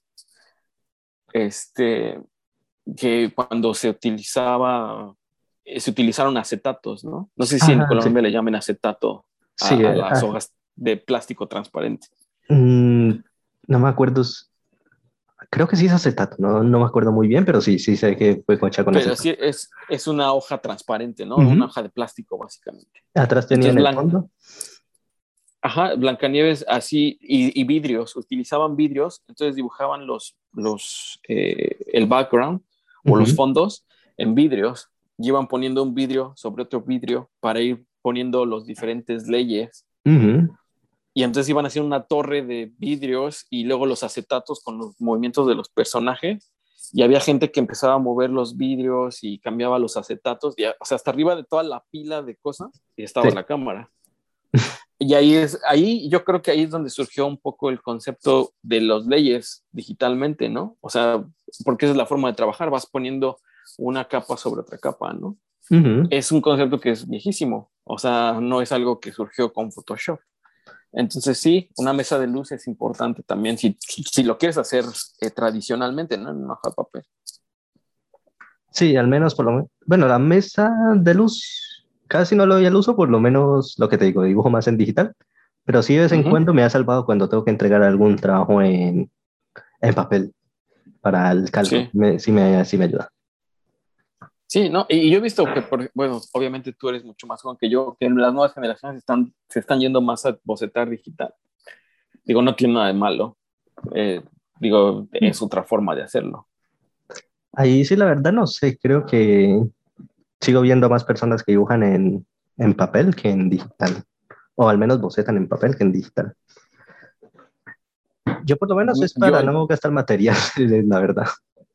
este, que cuando se utilizaba, eh, se utilizaron acetatos, ¿no? No sé si en Ajá, sí, Colombia le llaman acetato sí, a, a eh, las ah, hojas de plástico transparente. mm, no me acuerdo, s- creo que sí es acetato, no, no me acuerdo muy bien, pero sí, sí sé que fue hecha con Pero acetato. sí es, es una hoja transparente, ¿no? Una Ujú. hoja de plástico, básicamente. Atrás Entonces, tenían el Blan fondo. Ajá, Blancanieves así, y, y vidrios, utilizaban vidrios, entonces dibujaban los, los, eh, el background o los Ujú, fondos en vidrios, y iban poniendo un vidrio sobre otro vidrio para ir poniendo los diferentes leyes, ujú, y entonces iban haciendo una torre de vidrios y luego los acetatos con los movimientos de los personajes, y había gente que empezaba a mover los vidrios y cambiaba los acetatos, y, o sea, hasta arriba de toda la pila de cosas, y estaba sí. la cámara. Y ahí es, ahí yo creo que ahí es donde surgió un poco el concepto de los leyes digitalmente, ¿no? O sea, porque esa es la forma de trabajar, vas poniendo una capa sobre otra capa, ¿no? Ujú. Es un concepto que es viejísimo, o sea, no es algo que surgió con Photoshop. Entonces sí, una mesa de luz es importante también si, si lo quieres hacer eh, tradicionalmente, ¿no? En una hoja de papel. Sí, al menos por lo menos. Bueno, la mesa de luz casi no lo doy al uso, por lo menos lo que te digo, dibujo más en digital, pero sí de vez Uh en -huh. cuando me ha salvado cuando tengo que entregar algún trabajo en, en papel para el calco. Sí. Me, sí, me, sí me ayuda. Sí, ¿no? Y yo he visto que, por, bueno, obviamente tú eres mucho más joven que yo, que las nuevas generaciones están, se están yendo más a bocetar digital. Digo, no tiene nada de malo. Eh, digo, es otra forma de hacerlo. Ahí sí, la verdad no sé, creo que sigo viendo más personas que dibujan en, en papel que en digital, o al menos bocetan en papel que en digital. Yo por lo menos es Yo, para no gastar material, la verdad.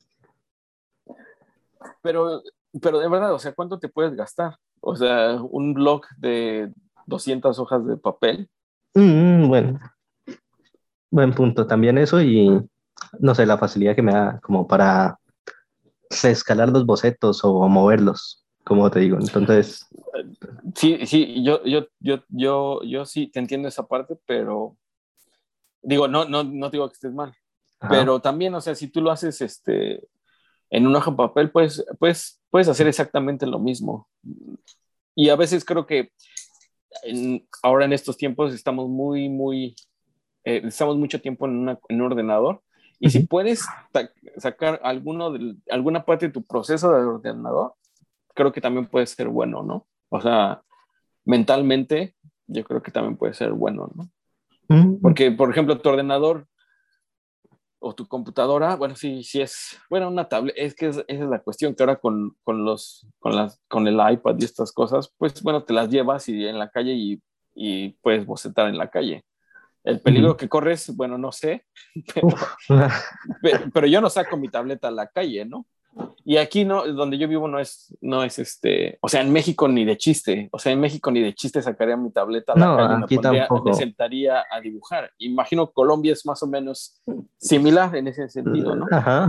pero, pero de verdad, o sea, ¿cuánto te puedes gastar? O sea, un blog de doscientas hojas de papel. Mm, bueno, buen punto también eso y no sé, la facilidad que me da como para escalar los bocetos o moverlos, como te digo. Entonces, Sí, sí, yo, yo, yo, yo, yo sí te entiendo esa parte, pero digo, no, no, no digo que estés mal. ajá. Pero también, o sea, si tú lo haces este, en una hoja de papel, pues, pues puedes hacer exactamente lo mismo. Y a veces creo que en, ahora en estos tiempos estamos muy, muy, eh, estamos mucho tiempo en, una, en un ordenador. Y si Ujú. puedes sacar alguno de, alguna parte de tu proceso del ordenador, creo que también puede ser bueno, ¿no? O sea, mentalmente, yo creo que también puede ser bueno, ¿no? Mm, Porque, por ejemplo, tu ordenador o tu computadora, bueno, sí, sí es, bueno, una tablet, es que es, esa es la cuestión, que ahora con, con, los, con, las, con el iPad y estas cosas, pues bueno, te las llevas y en la calle y, y puedes bocetar en la calle. El ujú. peligro que corres, bueno, no sé, pero, Uf. pero yo no saco mi tableta a la calle, ¿no? Y aquí no, donde yo vivo no es, no es este, o sea, en México ni de chiste, o sea, en México ni de chiste sacaría mi tableta a la No, calle y me aquí pondría, me tampoco. sentaría a dibujar. Imagino Colombia es más o menos similar en ese sentido, ¿no? Ajá.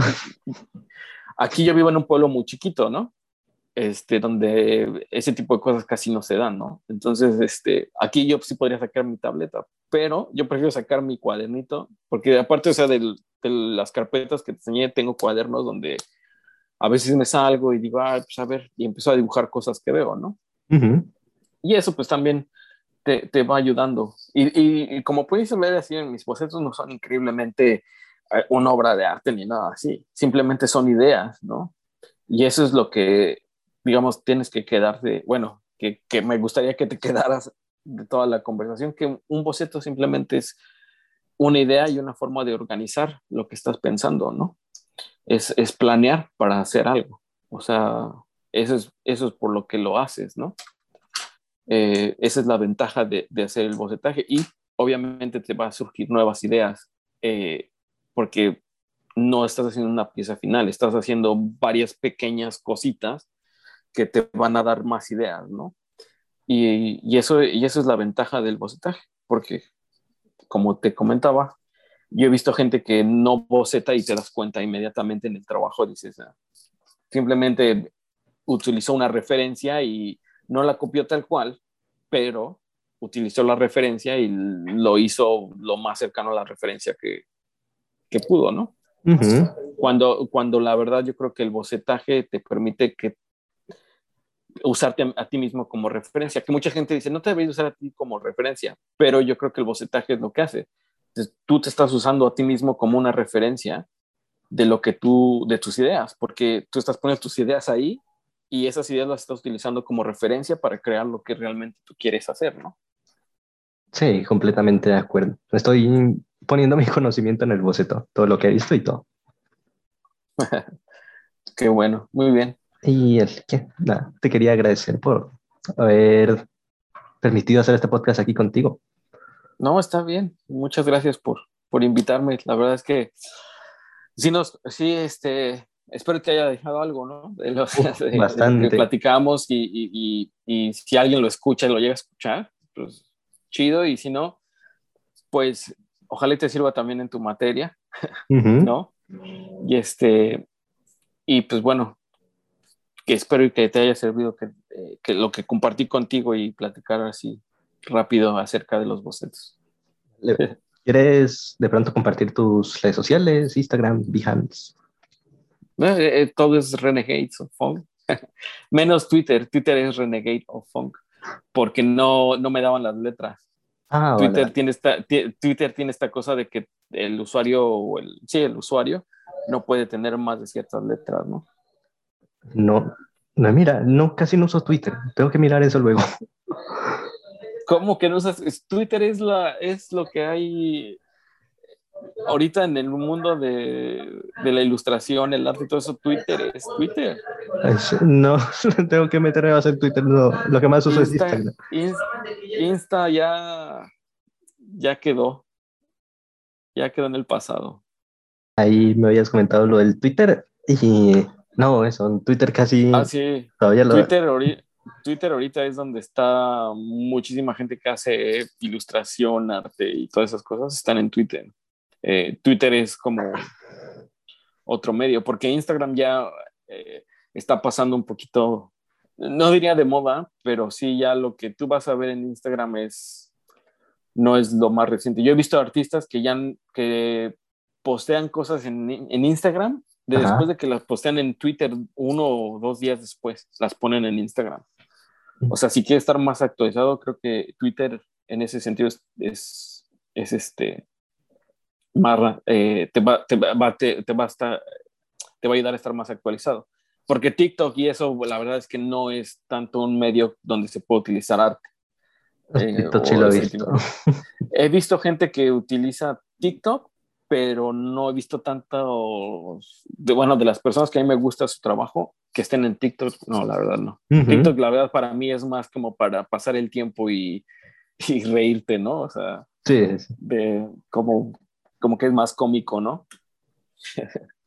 Aquí yo vivo en un pueblo muy chiquito, ¿no? Este, donde ese tipo de cosas casi no se dan, ¿no? Entonces, este, aquí yo sí podría sacar mi tableta, pero yo prefiero sacar mi cuadernito, porque aparte, o sea, del, de las carpetas que te enseñé, tengo cuadernos donde a veces me salgo y digo, ah, pues a ver, y empiezo a dibujar cosas que veo, ¿no? Ujú. Y eso pues también te, te va ayudando. Y, y, y, como puedes ver así en mis bocetos, no son increíblemente eh, una obra de arte ni nada así, simplemente son ideas, ¿no? Y eso es lo que, digamos, tienes que quedarte, bueno, que, que me gustaría que te quedaras de toda la conversación, que un boceto simplemente es una idea y una forma de organizar lo que estás pensando, ¿no? Es, es planear para hacer algo. O sea, eso es, eso es por lo que lo haces, ¿no? Eh, esa es la ventaja de, de, hacer el bocetaje y obviamente te va a surgir nuevas ideas eh, porque no estás haciendo una pieza final, estás haciendo varias pequeñas cositas que te van a dar más ideas, ¿no? Y, y, eso, y eso es la ventaja del bocetaje, porque como te comentaba, yo he visto gente que no boceta y te das cuenta inmediatamente en el trabajo, dices, ah, simplemente utilizó una referencia y no la copió tal cual, pero utilizó la referencia y lo hizo lo más cercano a la referencia que, que pudo, ¿no? Ujú. Cuando, cuando la verdad yo creo que el bocetaje te permite que usarte a, a ti mismo como referencia, que mucha gente dice, no te deberías usar a ti como referencia, pero yo creo que el bocetaje es lo que hace. Entonces, tú te estás usando a ti mismo como una referencia de lo que tú, de tus ideas, porque tú estás poniendo tus ideas ahí y esas ideas las estás utilizando como referencia para crear lo que realmente tú quieres hacer, ¿no? Sí, completamente de acuerdo. Estoy poniendo mi conocimiento en el boceto, todo lo que he visto y todo. Qué bueno, muy bien. Y el que, nada, te quería agradecer por haber permitido hacer este podcast aquí contigo. No, está bien. Muchas gracias por, por invitarme. La verdad es que sí, nos, sí, este, espero que haya dejado algo, ¿no? De lo, Uf, de, de lo que bastante. platicamos y, y, y, y si alguien lo escucha y lo llega a escuchar, pues chido. Y si no, pues ojalá y te sirva también en tu materia, Ujú. ¿no? Y este, y pues bueno, que espero que te haya servido que, eh, que lo que compartí contigo y platicar así rápido acerca de los bocetos. Le- ¿Quieres de pronto compartir tus redes sociales, Instagram, Behance? Eh, eh, todo es Renegades of Funk. Menos Twitter. Twitter es Renegade of Funk. Porque no, no me daban las letras. Ah, vale, Twitter vale. tiene esta, Twitter tiene esta cosa de que el usuario, o el, sí, el usuario no puede tener más de ciertas letras, ¿no? No, no, mira, no, casi no uso Twitter. Tengo que mirar eso luego. ¿Cómo que no usas? Twitter es, la, es lo que hay ahorita en el mundo de, de la ilustración, el arte y todo eso. Twitter es Twitter. Es- no, tengo que meterme más en Twitter. No, lo que más uso es Insta, Instagram. Insta, Insta ya, ya quedó, ya quedó en el pasado. Ahí me habías comentado lo del Twitter y no, eso, en Twitter Ah, casi sí, todavía lo... Twitter, ori- Twitter ahorita es donde está muchísima gente que hace ilustración, arte y todas esas cosas están en Twitter. Eh, Twitter es como otro medio, porque Instagram ya eh, está pasando un poquito, no diría de moda, pero sí ya lo que tú vas a ver en Instagram es, no es lo más reciente. Yo he visto artistas que ya que postean cosas en, en Instagram de después Ajá. de que las postean en Twitter uno o dos días después, las ponen en Instagram. O sea, si quieres estar más actualizado, creo que Twitter en ese sentido es, es, es este, más, eh, te, va, te, va, te, te va a estar, te va a ayudar a estar más actualizado. Porque TikTok y eso, la verdad es que no es tanto un medio donde se puede utilizar arte eh, TikTok sí o lo he ese visto. tipo. He visto gente que utiliza TikTok, pero no he visto tantos, de, bueno, de las personas que a mí me gusta su trabajo, que estén en TikTok, no, la verdad no. Ujú. TikTok, la verdad, para mí es más como para pasar el tiempo y, y reírte, ¿no? O sea, Sí, sí. de, como, como que es más cómico, ¿no?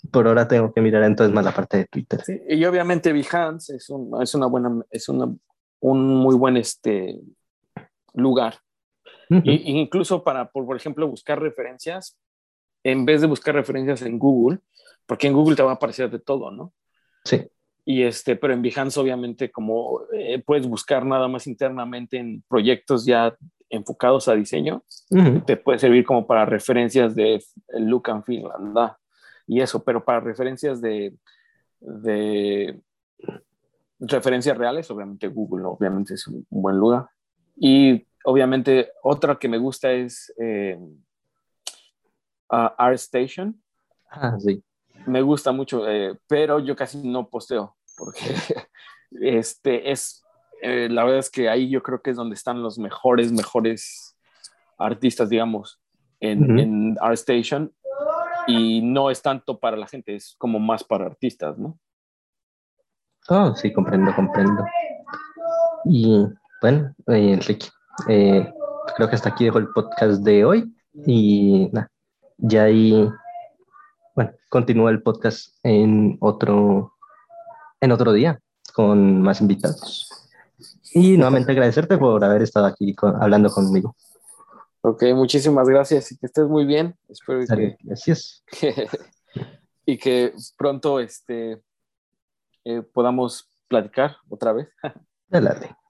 Por ahora tengo que mirar entonces más la parte de Twitter. Sí, y obviamente Behance es, un, es una buena, es una, un muy buen este, lugar. Uh-huh. Y, incluso para, por, por ejemplo, buscar referencias, en vez de buscar referencias en Google, porque en Google te va a aparecer de todo, ¿no? Sí. Y este, pero en Behance, obviamente, como eh, puedes buscar nada más internamente en proyectos ya enfocados a diseño, Uh-huh. te puede servir como para referencias de look and feel, ¿verdad? Y eso, pero para referencias de, de referencias reales, obviamente Google, obviamente es un buen lugar. Y obviamente otra que me gusta es eh, uh, ArtStation. Ah, sí. Me gusta mucho, eh, pero yo casi no posteo, porque este es, eh, la verdad es que ahí yo creo que es donde están los mejores, mejores artistas, digamos, en, Uh-huh. en ArtStation, y no es tanto para la gente, es como más para artistas, ¿no? Oh, sí, comprendo, comprendo. Y bueno, eh, Enrique, eh, creo que hasta aquí dejo el podcast de hoy y nada, ya ahí, bueno, continúa el podcast en otro, en otro día con más invitados. Y nuevamente agradecerte por haber estado aquí con- hablando conmigo. Ok, muchísimas gracias y que estés muy bien. Espero Sale, que, gracias. que y que pronto este, eh, podamos platicar otra vez. Adelante.